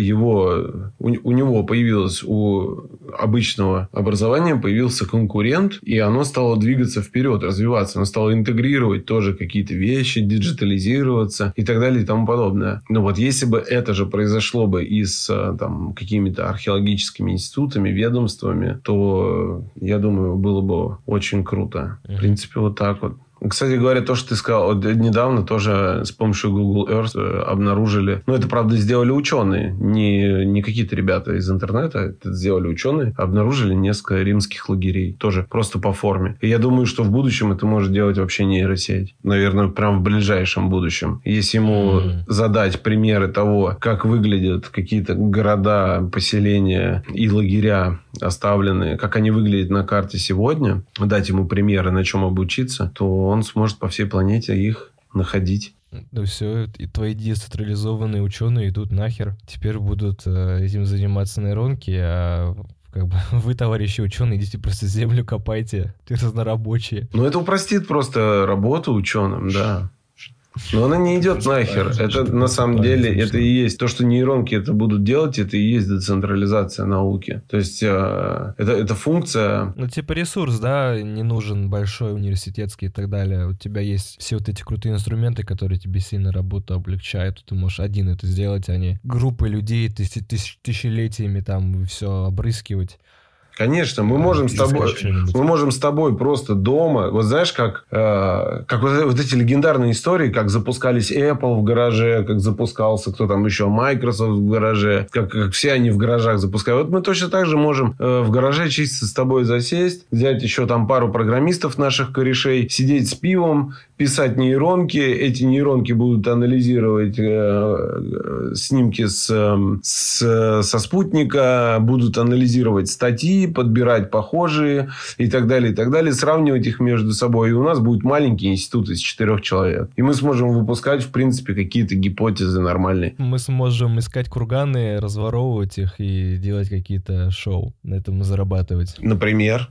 У него появилось, у обычного образования появился конкурент, и оно стало двигаться вперед, развиваться. Оно стало интегрировать тоже какие-то вещи, диджитализироваться и так далее и тому подобное. Но вот если бы это же произошло бы и с там, какими-то археологическими институтами, ведомствами, то, я думаю, было бы очень круто. В принципе, вот так вот. Кстати говоря, то, что ты сказал, вот недавно тоже с помощью Google Earth обнаружили... Ну, это, правда, сделали ученые. Не какие-то ребята из интернета. Это сделали ученые. Обнаружили несколько римских лагерей. Тоже просто по форме. И я думаю, что в будущем это может делать вообще нейросеть. Наверное, прям в ближайшем будущем. Если ему задать примеры того, как выглядят какие-то города, поселения и лагеря оставленные, как они выглядят на карте сегодня, дать ему примеры, на чем обучиться, то он сможет по всей планете их находить. Да все, и твои децентрализованные ученые идут нахер. Теперь будут этим заниматься нейронки, а как бы вы, товарищи ученые, идите просто землю копайте, разнорабочие. Ну, это упростит просто работу ученым, да. Но она не идет нахер. Это на самом деле, это и есть то, что нейронки это будут делать, это и есть децентрализация науки. То есть, это функция... Ну, типа ресурс, да, не нужен большой, университетский и так далее. У тебя есть все вот эти крутые инструменты, которые тебе сильно работу облегчают. Ты можешь один это сделать, а не группы людей тысячелетиями там все обрыскивать. Конечно, мы можем с тобой просто дома, вот знаешь, как вот эти легендарные истории, как запускались Apple в гараже, как запускался кто там еще, Microsoft в гараже, как все они в гаражах запускают. Вот мы точно так же можем в гараже чисто с тобой засесть, взять еще там пару программистов наших корешей, сидеть с пивом, писать нейронки. Эти нейронки будут анализировать снимки со спутника, будут анализировать статьи, подбирать похожие и так далее, сравнивать их между собой. И у нас будет маленький институт из 4 человек. И мы сможем выпускать, в принципе, какие-то гипотезы нормальные. Мы сможем искать курганы, разворовывать их и делать какие-то шоу. На этом зарабатывать. Например,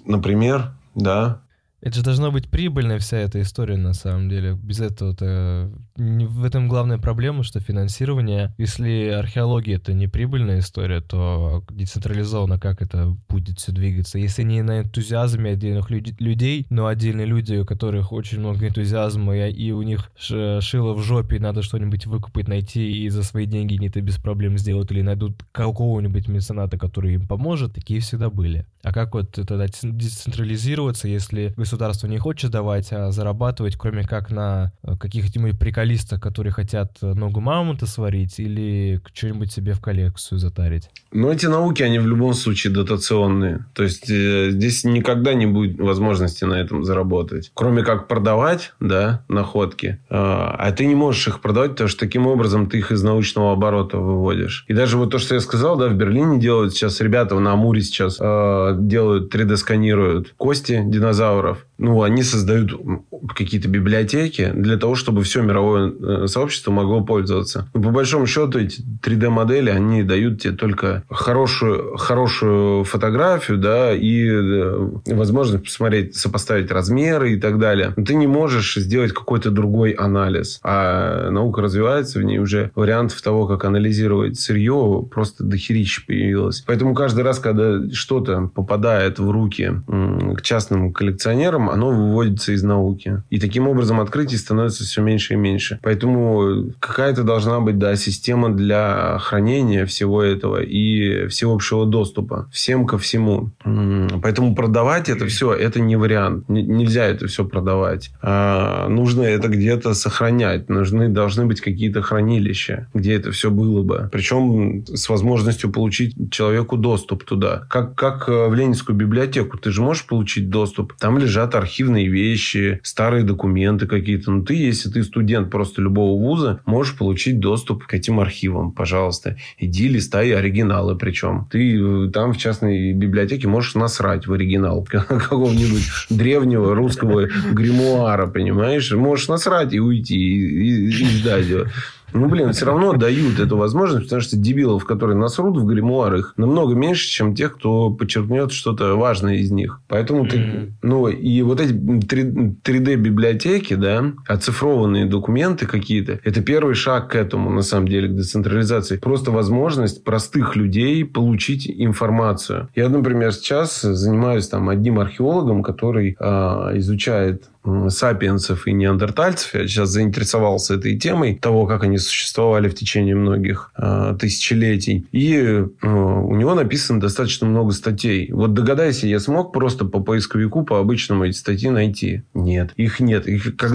да. Это же должна быть прибыльная вся эта история, на самом деле. Без этого-то... В этом главная проблема, что финансирование... Если археология — это не прибыльная история, то децентрализованно как это будет все двигаться? Если не на энтузиазме отдельных людей, но отдельные люди, у которых очень много энтузиазма, и у них шило в жопе, и надо что-нибудь выкупить, найти, и за свои деньги они это без проблем сделают, или найдут какого-нибудь мецената, который им поможет, такие всегда были. А как вот тогда децентрализироваться, если государство не хочет давать, а зарабатывать, кроме как на каких-нибудь приколистах, которые хотят ногу мамонта сварить или что-нибудь себе в коллекцию затарить? Но эти науки, они в любом случае дотационные. То есть, здесь никогда не будет возможности на этом заработать. Кроме как продавать, да, находки. А ты не можешь их продавать, потому что таким образом ты их из научного оборота выводишь. И даже вот то, что я сказал, да, в Берлине делают сейчас ребята, на Амуре сейчас делают, 3D-сканируют кости динозавров. Ну, они создают какие-то библиотеки для того, чтобы все мировое сообщество могло пользоваться. Но по большому счету эти 3D-модели, они дают тебе только хорошую фотографию, да, и возможность посмотреть, сопоставить размеры и так далее. Но ты не можешь сделать какой-то другой анализ. А наука развивается, в ней уже вариантов того, как анализировать сырье, просто дохерища появилось. Поэтому каждый раз, когда что-то попадает в руки к частным коллекционерам, оно выводится из науки. науки. И таким образом открытий становится все меньше и меньше. Поэтому какая-то должна быть, да, система для хранения всего этого и всеобщего доступа. Всем ко всему. Поэтому продавать это все, это не вариант. Нельзя это все продавать. Нужно это где-то сохранять. Должны быть какие-то хранилища, где это все было бы. Причем с возможностью получить человеку доступ туда. Как в Ленинскую библиотеку. Ты же можешь получить доступ. Там лежат архивные вещи, старые документы какие-то. Но ты, если ты студент просто любого вуза, можешь получить доступ к этим архивам. Пожалуйста. Иди, листай оригиналы причем. Ты там в частной библиотеке можешь насрать в оригинал какого-нибудь древнего русского гримуара, понимаешь? Можешь насрать и уйти, и ждать его. Все равно дают эту возможность, потому что дебилов, которые насрут в гримуар, их намного меньше, чем тех, кто подчеркнет что-то важное из них. Поэтому и вот эти 3D-библиотеки, да, оцифрованные документы какие-то, это первый шаг к этому, на самом деле, к децентрализации. Просто возможность простых людей получить информацию. Я, например, сейчас занимаюсь одним археологом, который изучает сапиенсов и неандертальцев. Я сейчас заинтересовался этой темой того, как они существовали в течение многих тысячелетий. И у него написано достаточно много статей. Вот догадайся, я смог просто по поисковику, по обычному эти статьи найти? Нет. Их нет.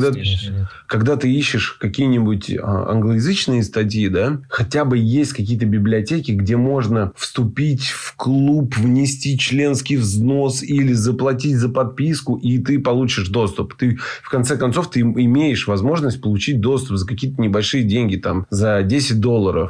Когда ты ищешь какие-нибудь англоязычные статьи, да, хотя бы есть какие-то библиотеки, где можно вступить в клуб, внести членский взнос или заплатить за подписку, и ты получишь доступ. Ты, в конце концов, ты имеешь возможность получить доступ за какие-то небольшие деньги, за $10.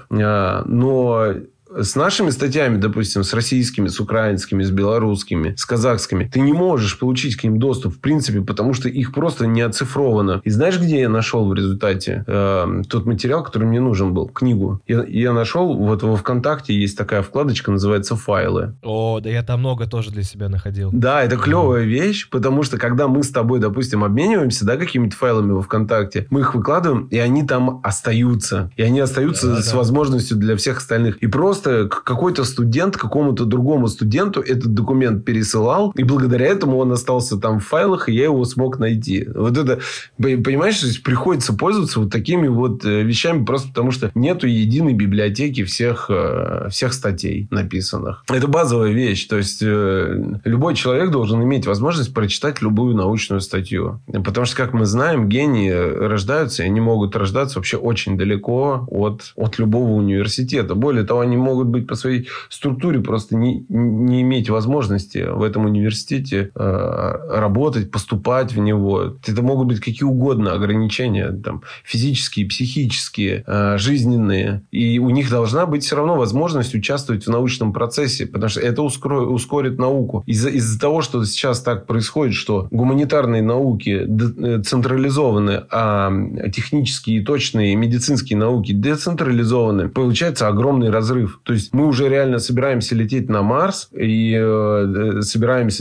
Но с нашими статьями, допустим, с российскими, с украинскими, с белорусскими, с казахскими, ты не можешь получить к ним доступ, в принципе, потому что их просто не оцифровано. И знаешь, где я нашел в результате тот материал, который мне нужен был? Книгу. Я нашел, вот во ВКонтакте есть такая вкладочка, называется «Файлы». О, да я там много тоже для себя находил. Да, это клевая вещь, потому что, когда мы с тобой, допустим, обмениваемся, да, какими-то файлами во ВКонтакте, мы их выкладываем, и они там остаются. И они остаются с возможностью для всех остальных. И просто какой-то студент какому-то другому студенту этот документ пересылал, и благодаря этому он остался там в файлах, и я его смог найти. Вот это, понимаешь, приходится пользоваться вот такими вот вещами просто потому, что нету единой библиотеки всех статей написанных. Это базовая вещь. То есть, любой человек должен иметь возможность прочитать любую научную статью. Потому что, как мы знаем, гении рождаются, и они могут рождаться вообще очень далеко от любого университета. Более того, они могут быть по своей структуре просто не иметь возможности в этом университете работать, поступать в него. Это могут быть какие угодно ограничения, физические, психические, жизненные. И у них должна быть все равно возможность участвовать в научном процессе, потому что это ускорит науку. Из-за того, что сейчас так происходит, что гуманитарные науки централизованы, а технические и точные медицинские науки децентрализованы, получается огромный разрыв. То есть, мы уже реально собираемся лететь на Марс и собираемся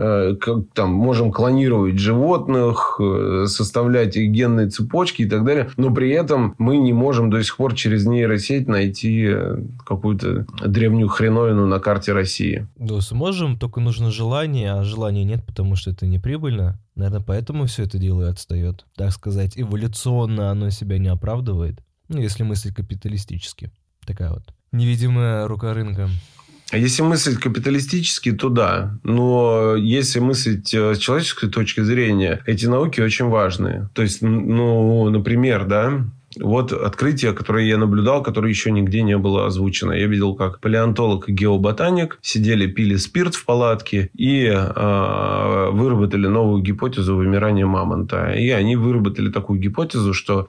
можем клонировать животных, составлять генные цепочки и так далее. Но при этом мы не можем до сих пор через нейросеть найти какую-то древнюю хреновину на карте России. Да, сможем, только нужно желание, а желания нет, потому что это не прибыльно. Наверное, поэтому все это дело и отстает. Так сказать, эволюционно оно себя не оправдывает. Если мыслить капиталистически. Такая вот невидимая рука рынка. Если мыслить капиталистически, то да. Но если мыслить с человеческой точки зрения, эти науки очень важные. То есть, например, да, вот открытие, которое я наблюдал, которое еще нигде не было озвучено. Я видел, как палеонтолог и геоботаник сидели, пили спирт в палатке и выработали новую гипотезу вымирания мамонта. И они выработали такую гипотезу, что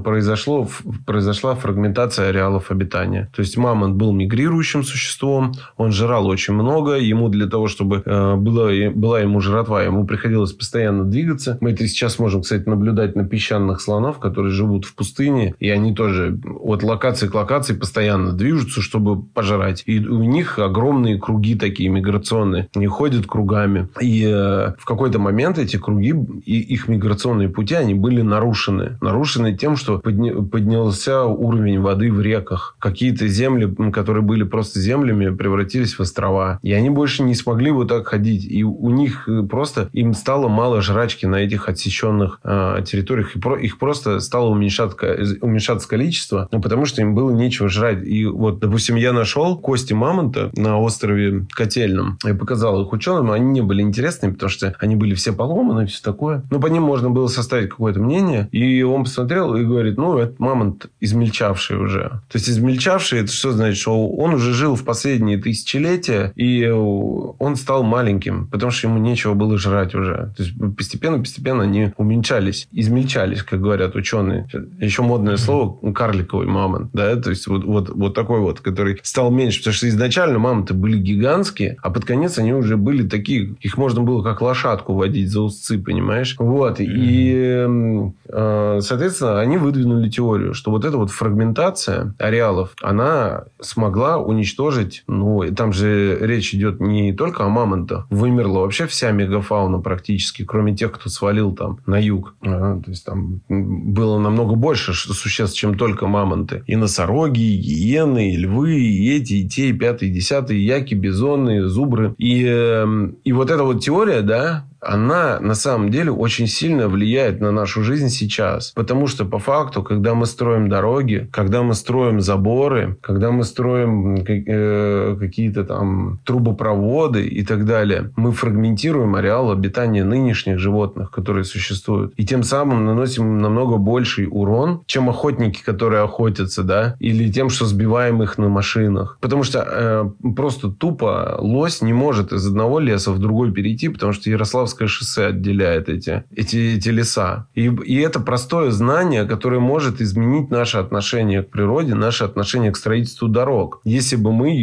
произошла фрагментация ареалов обитания. То есть, мамонт был мигрирующим существом, он жрал очень много. Ему для того, чтобы была ему жратва, ему приходилось постоянно двигаться. Мы это сейчас можем, кстати, наблюдать на песчаных слонов, которые живут в пустыне, движение, и они тоже от локации к локации постоянно движутся, чтобы пожрать. И у них огромные круги такие миграционные. Они ходят кругами. И в какой-то момент эти круги и их миграционные пути, они были нарушены. Нарушены тем, что поднялся уровень воды в реках. Какие-то земли, которые были просто землями, превратились в острова. И они больше не смогли вот так ходить. И у них просто им стало мало жрачки на этих отсеченных территориях. Их просто стало уменьшаться количество, потому что им было нечего жрать. И вот, допустим, я нашел кости мамонта на острове Котельном. Я показал их ученым. Они не были интересными, потому что они были все поломаны и все такое. Но по ним можно было составить какое-то мнение. И он посмотрел и говорит, это мамонт измельчавший уже. То есть, измельчавший, это что значит? Что он уже жил в последние тысячелетия, и он стал маленьким, потому что ему нечего было жрать уже. То есть, постепенно они уменьшались, измельчались, как говорят ученые. Еще модное слово карликовый мамонт. Да? То есть, вот такой вот, который стал меньше. Потому что изначально мамонты были гигантские, а под конец они уже были такие, их можно было как лошадку водить за узцы, понимаешь? Вот. И, соответственно, они выдвинули теорию, что вот эта вот фрагментация ареалов, она смогла уничтожить, там же речь идет не только о мамонтах. Вымерла вообще вся мегафауна практически, кроме тех, кто свалил там на юг. То есть, там было намного больше существ, чем только мамонты. И носороги, и гиены, и львы, и эти, и те, и пятые, и десятые, яки, бизоны, зубры. И вот эта вот теория, да, она на самом деле очень сильно влияет на нашу жизнь сейчас. Потому что по факту, когда мы строим дороги, когда мы строим заборы, когда мы строим какие-то там трубопроводы и так далее, мы фрагментируем ареал обитания нынешних животных, которые существуют. И тем самым наносим намного больший урон, чем охотники, которые охотятся, да, или тем, что сбиваем их на машинах. Потому что просто тупо лось не может из одного леса в другой перейти, потому что Ярославское шоссе отделяет эти леса. И это простое знание, которое может изменить наше отношение к природе, наше отношение к строительству дорог. Если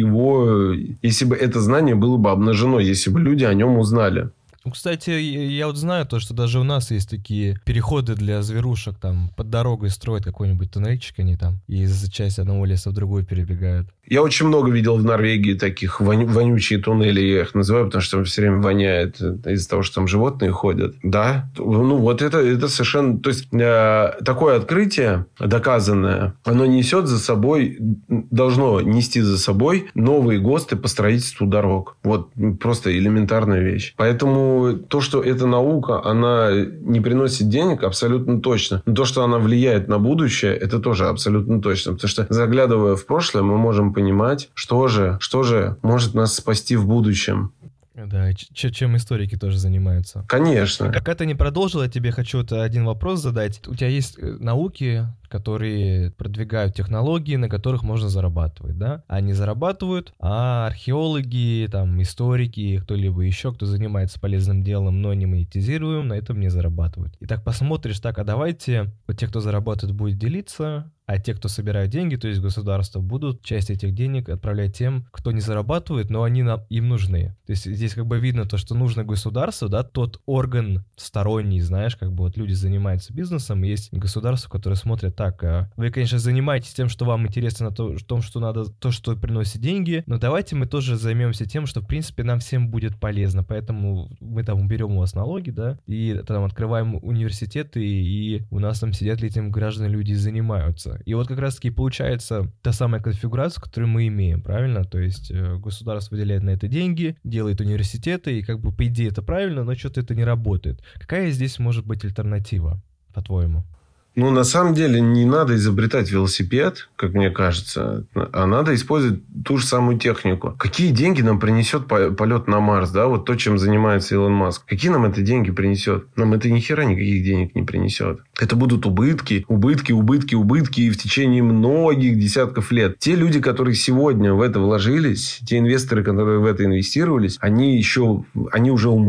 бы это знание было бы обнажено, если бы люди о нем узнали. Кстати, я вот знаю то, что даже у нас есть такие переходы для зверушек, там, под дорогой строят какой-нибудь туннельчик, они там из части одного леса в другой перебегают. Я очень много видел в Норвегии таких вонючие туннели, я их называю, потому что там все время воняет из-за того, что там животные ходят. Да, вот это совершенно... То есть, такое открытие доказанное, оно несет за собой, должно нести за собой новые ГОСТы по строительству дорог. Вот просто элементарная вещь. Поэтому то, что эта наука, она не приносит денег, абсолютно точно. Но то, что она влияет на будущее, это тоже абсолютно точно. Потому что, заглядывая в прошлое, мы можем понимать, что же может нас спасти в будущем. Да, чем историки тоже занимаются. Конечно. Пока ты не продолжил, я тебе хочу один вопрос задать. У тебя есть науки, которые продвигают технологии, на которых можно зарабатывать, да? Они зарабатывают, а археологи, там, историки, кто-либо еще, кто занимается полезным делом, но не монетизируем, на этом не зарабатывают. И так посмотришь, а давайте вот те, кто зарабатывает, будет делиться, а те, кто собирают деньги, то есть государство, будут часть этих денег отправлять тем, кто не зарабатывает, но они им нужны. То есть здесь как бы видно то, что нужно государству, да, тот орган сторонний, знаешь, как бы вот люди занимаются бизнесом, есть государство, которое смотрит так, вы, конечно, занимаетесь тем, что вам интересно, том, что надо, то, что приносит деньги, но давайте мы тоже займемся тем, что, в принципе, нам всем будет полезно, поэтому мы там уберем у вас налоги, да, и там открываем университеты, и у нас там сидят этим граждане, люди и занимаются. И вот как раз-таки получается та самая конфигурация, которую мы имеем, правильно? То есть государство выделяет на это деньги, делает университеты, и как бы по идее это правильно, но что-то это не работает. Какая здесь может быть альтернатива, по-твоему? На самом деле, не надо изобретать велосипед, как мне кажется, а надо использовать ту же самую технику. Какие деньги нам принесет полет на Марс, да, вот то, чем занимается Илон Маск? Какие нам это деньги принесет? Нам это ни хера никаких денег не принесет. Это будут убытки, и в течение многих десятков лет. Те люди, которые сегодня в это вложились, те инвесторы, которые в это инвестировались, они уже умрут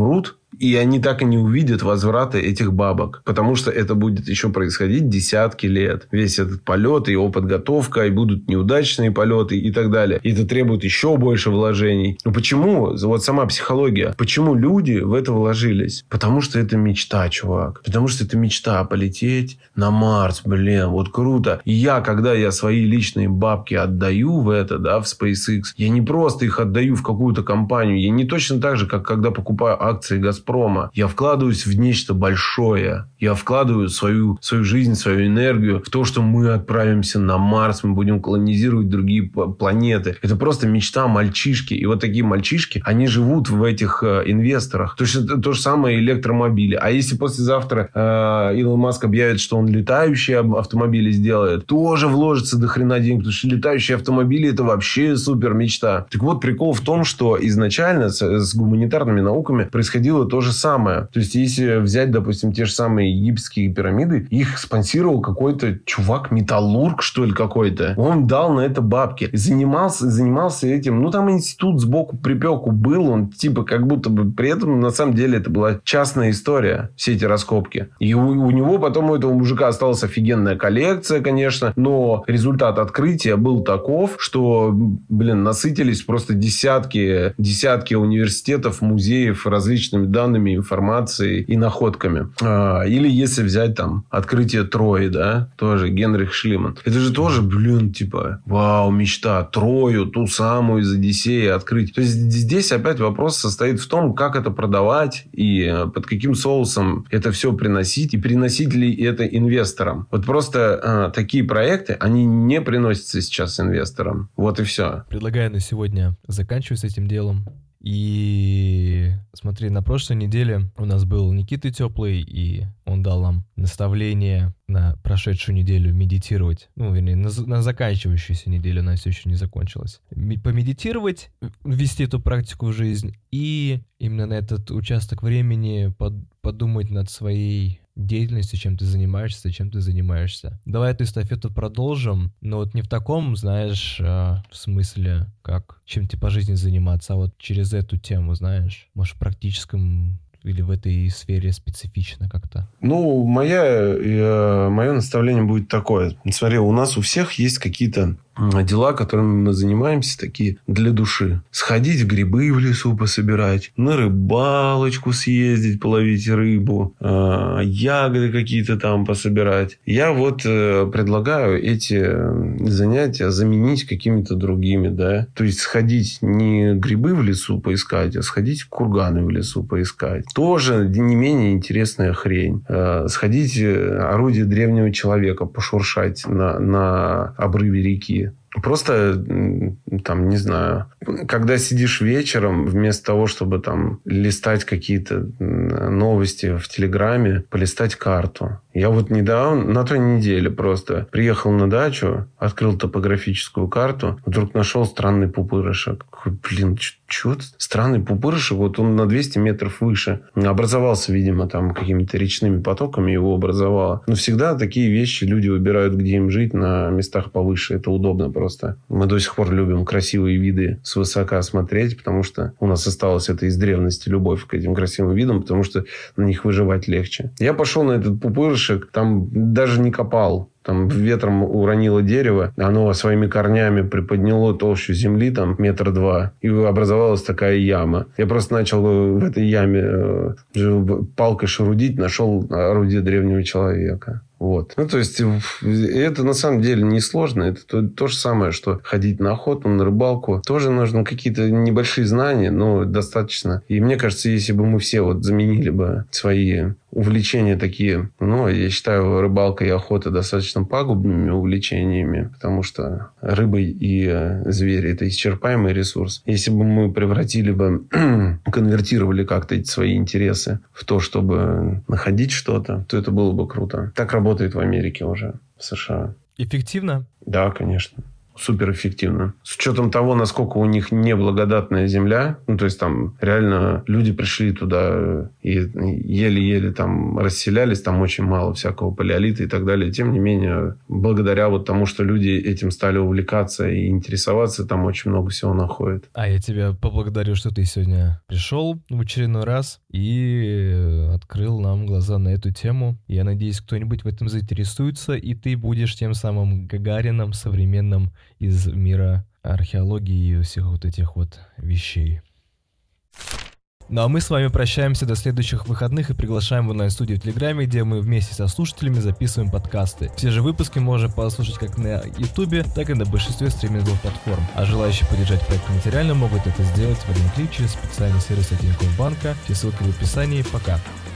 И они так и не увидят возврата этих бабок. Потому что это будет еще происходить десятки лет. Весь этот полет, его подготовка, и будут неудачные полеты и так далее. И это требует еще больше вложений. Но почему? Вот сама психология. Почему люди в это вложились? Потому что это мечта, чувак. Потому что это мечта полететь на Марс. Блин, вот круто. И когда я свои личные бабки отдаю в это, да, в SpaceX, я не просто их отдаю в какую-то компанию. Я не точно так же, как когда покупаю акции Газпрома. Я вкладываюсь в нечто большое. Я вкладываю свою жизнь, свою энергию в то, что мы отправимся на Марс, мы будем колонизировать другие планеты. Это просто мечта мальчишки. И вот такие мальчишки, они живут в этих инвесторах. То же самое электромобили. А если послезавтра Илон Маск объявит, что он летающие автомобили сделает, тоже вложится до хрена денег, потому что летающие автомобили — это вообще супер мечта. Так вот, прикол в том, что изначально с гуманитарными науками происходило то же самое. То есть, если взять, допустим, те же самые египетские пирамиды, их спонсировал какой-то чувак-металлург, что ли, какой-то. Он дал на это бабки. И занимался этим. Ну, там институт сбоку припеку был. Он типа как будто бы... При этом, на самом деле, это была частная история. Все эти раскопки. И у него потом, у этого мужика, осталась офигенная коллекция, конечно. Но результат открытия был таков, что, насытились просто десятки университетов, музеев различными данными, информацией и находками. Или если взять там открытие Трои, да, тоже Генрих Шлиман. Это же тоже, вау, мечта. Трою, ту самую из Одиссеи открыть. То есть, здесь опять вопрос состоит в том, как это продавать и под каким соусом это все приносить. И приносить ли это инвесторам. Вот просто такие проекты, они не приносятся сейчас инвесторам. Вот и все. Предлагаю на сегодня заканчивать с этим делом. И смотри, на прошлой неделе у нас был Никита Теплый, и он дал нам наставление на прошедшую неделю медитировать. На заканчивающуюся неделю, она все еще не закончилась. Помедитировать, ввести эту практику в жизнь, и именно на этот участок времени подумать над своей деятельностью, чем ты занимаешься. Давай эту эстафету продолжим, но вот не в таком, в смысле, как чем тебе по жизни заниматься, а вот через эту тему, может, в практическом или в этой сфере специфично как-то? Мое наставление будет такое. Смотри, у нас у всех есть какие-то дела, которыми мы занимаемся, такие для души. Сходить грибы в лесу пособирать, на рыбалочку съездить, половить рыбу, ягоды какие-то там пособирать. Я предлагаю эти занятия заменить какими-то другими, да. То есть, сходить не грибы в лесу поискать, а сходить курганы в лесу поискать. Тоже не менее интересная хрень. Сходить орудие древнего человека пошуршать на обрыве реки. Просто, когда сидишь вечером, вместо того, чтобы листать какие-то новости в Телеграме, полистать карту. Я недавно, на той неделе просто приехал на дачу, открыл топографическую карту, вдруг нашел странный пупырышек. Чего-то странный пупырышек, он на 200 метров выше. Образовался, видимо, какими-то речными потоками его образовало. Но всегда такие вещи люди выбирают, где им жить, на местах повыше. Это удобно просто. Мы до сих пор любим красивые виды свысока смотреть, потому что у нас осталась это из древности любовь к этим красивым видам, потому что на них выживать легче. Я пошел на этот пупырышек, там даже не копал. Там ветром уронило дерево, оно своими корнями приподняло толщу земли, 1-2 метра, и образовалась такая яма. Я просто начал в этой яме палкой шарудить, нашел орудие древнего человека. То есть, это на самом деле не сложно. Это то же самое, что ходить на охоту, на рыбалку. Тоже нужны какие-то небольшие знания, но достаточно. И мне кажется, если бы мы все заменили бы свои увлечения такие, я считаю, рыбалка и охота достаточно пагубными увлечениями, потому что рыба и звери — это исчерпаемый ресурс. Если бы мы конвертировали как-то эти свои интересы в то, чтобы находить что-то, то это было бы круто. Так работает в Америке уже, в США. Эффективно? Да, конечно. суперэффективно. С учетом того, насколько у них неблагодатная земля, ну, то есть там реально люди пришли туда и еле-еле там расселялись, там очень мало всякого палеолита и так далее. Тем не менее, благодаря вот тому, что люди этим стали увлекаться и интересоваться, там очень много всего находят. А я тебя поблагодарю, что ты сегодня пришел в очередной раз и открыл нам глаза на эту тему. Я надеюсь, кто-нибудь в этом заинтересуется, и ты будешь тем самым Гагарином современным из мира археологии и всех вот этих вот вещей. Ну а мы с вами прощаемся до следующих выходных и приглашаем в онлайн-студию в Телеграме, где мы вместе со слушателями записываем подкасты. Все же выпуски можно послушать как на Ютубе, так и на большинстве стриминговых платформ. А желающие поддержать проект материально могут это сделать в один клик через специальный сервис Тинькофф Банка. Все ссылки в описании. Пока.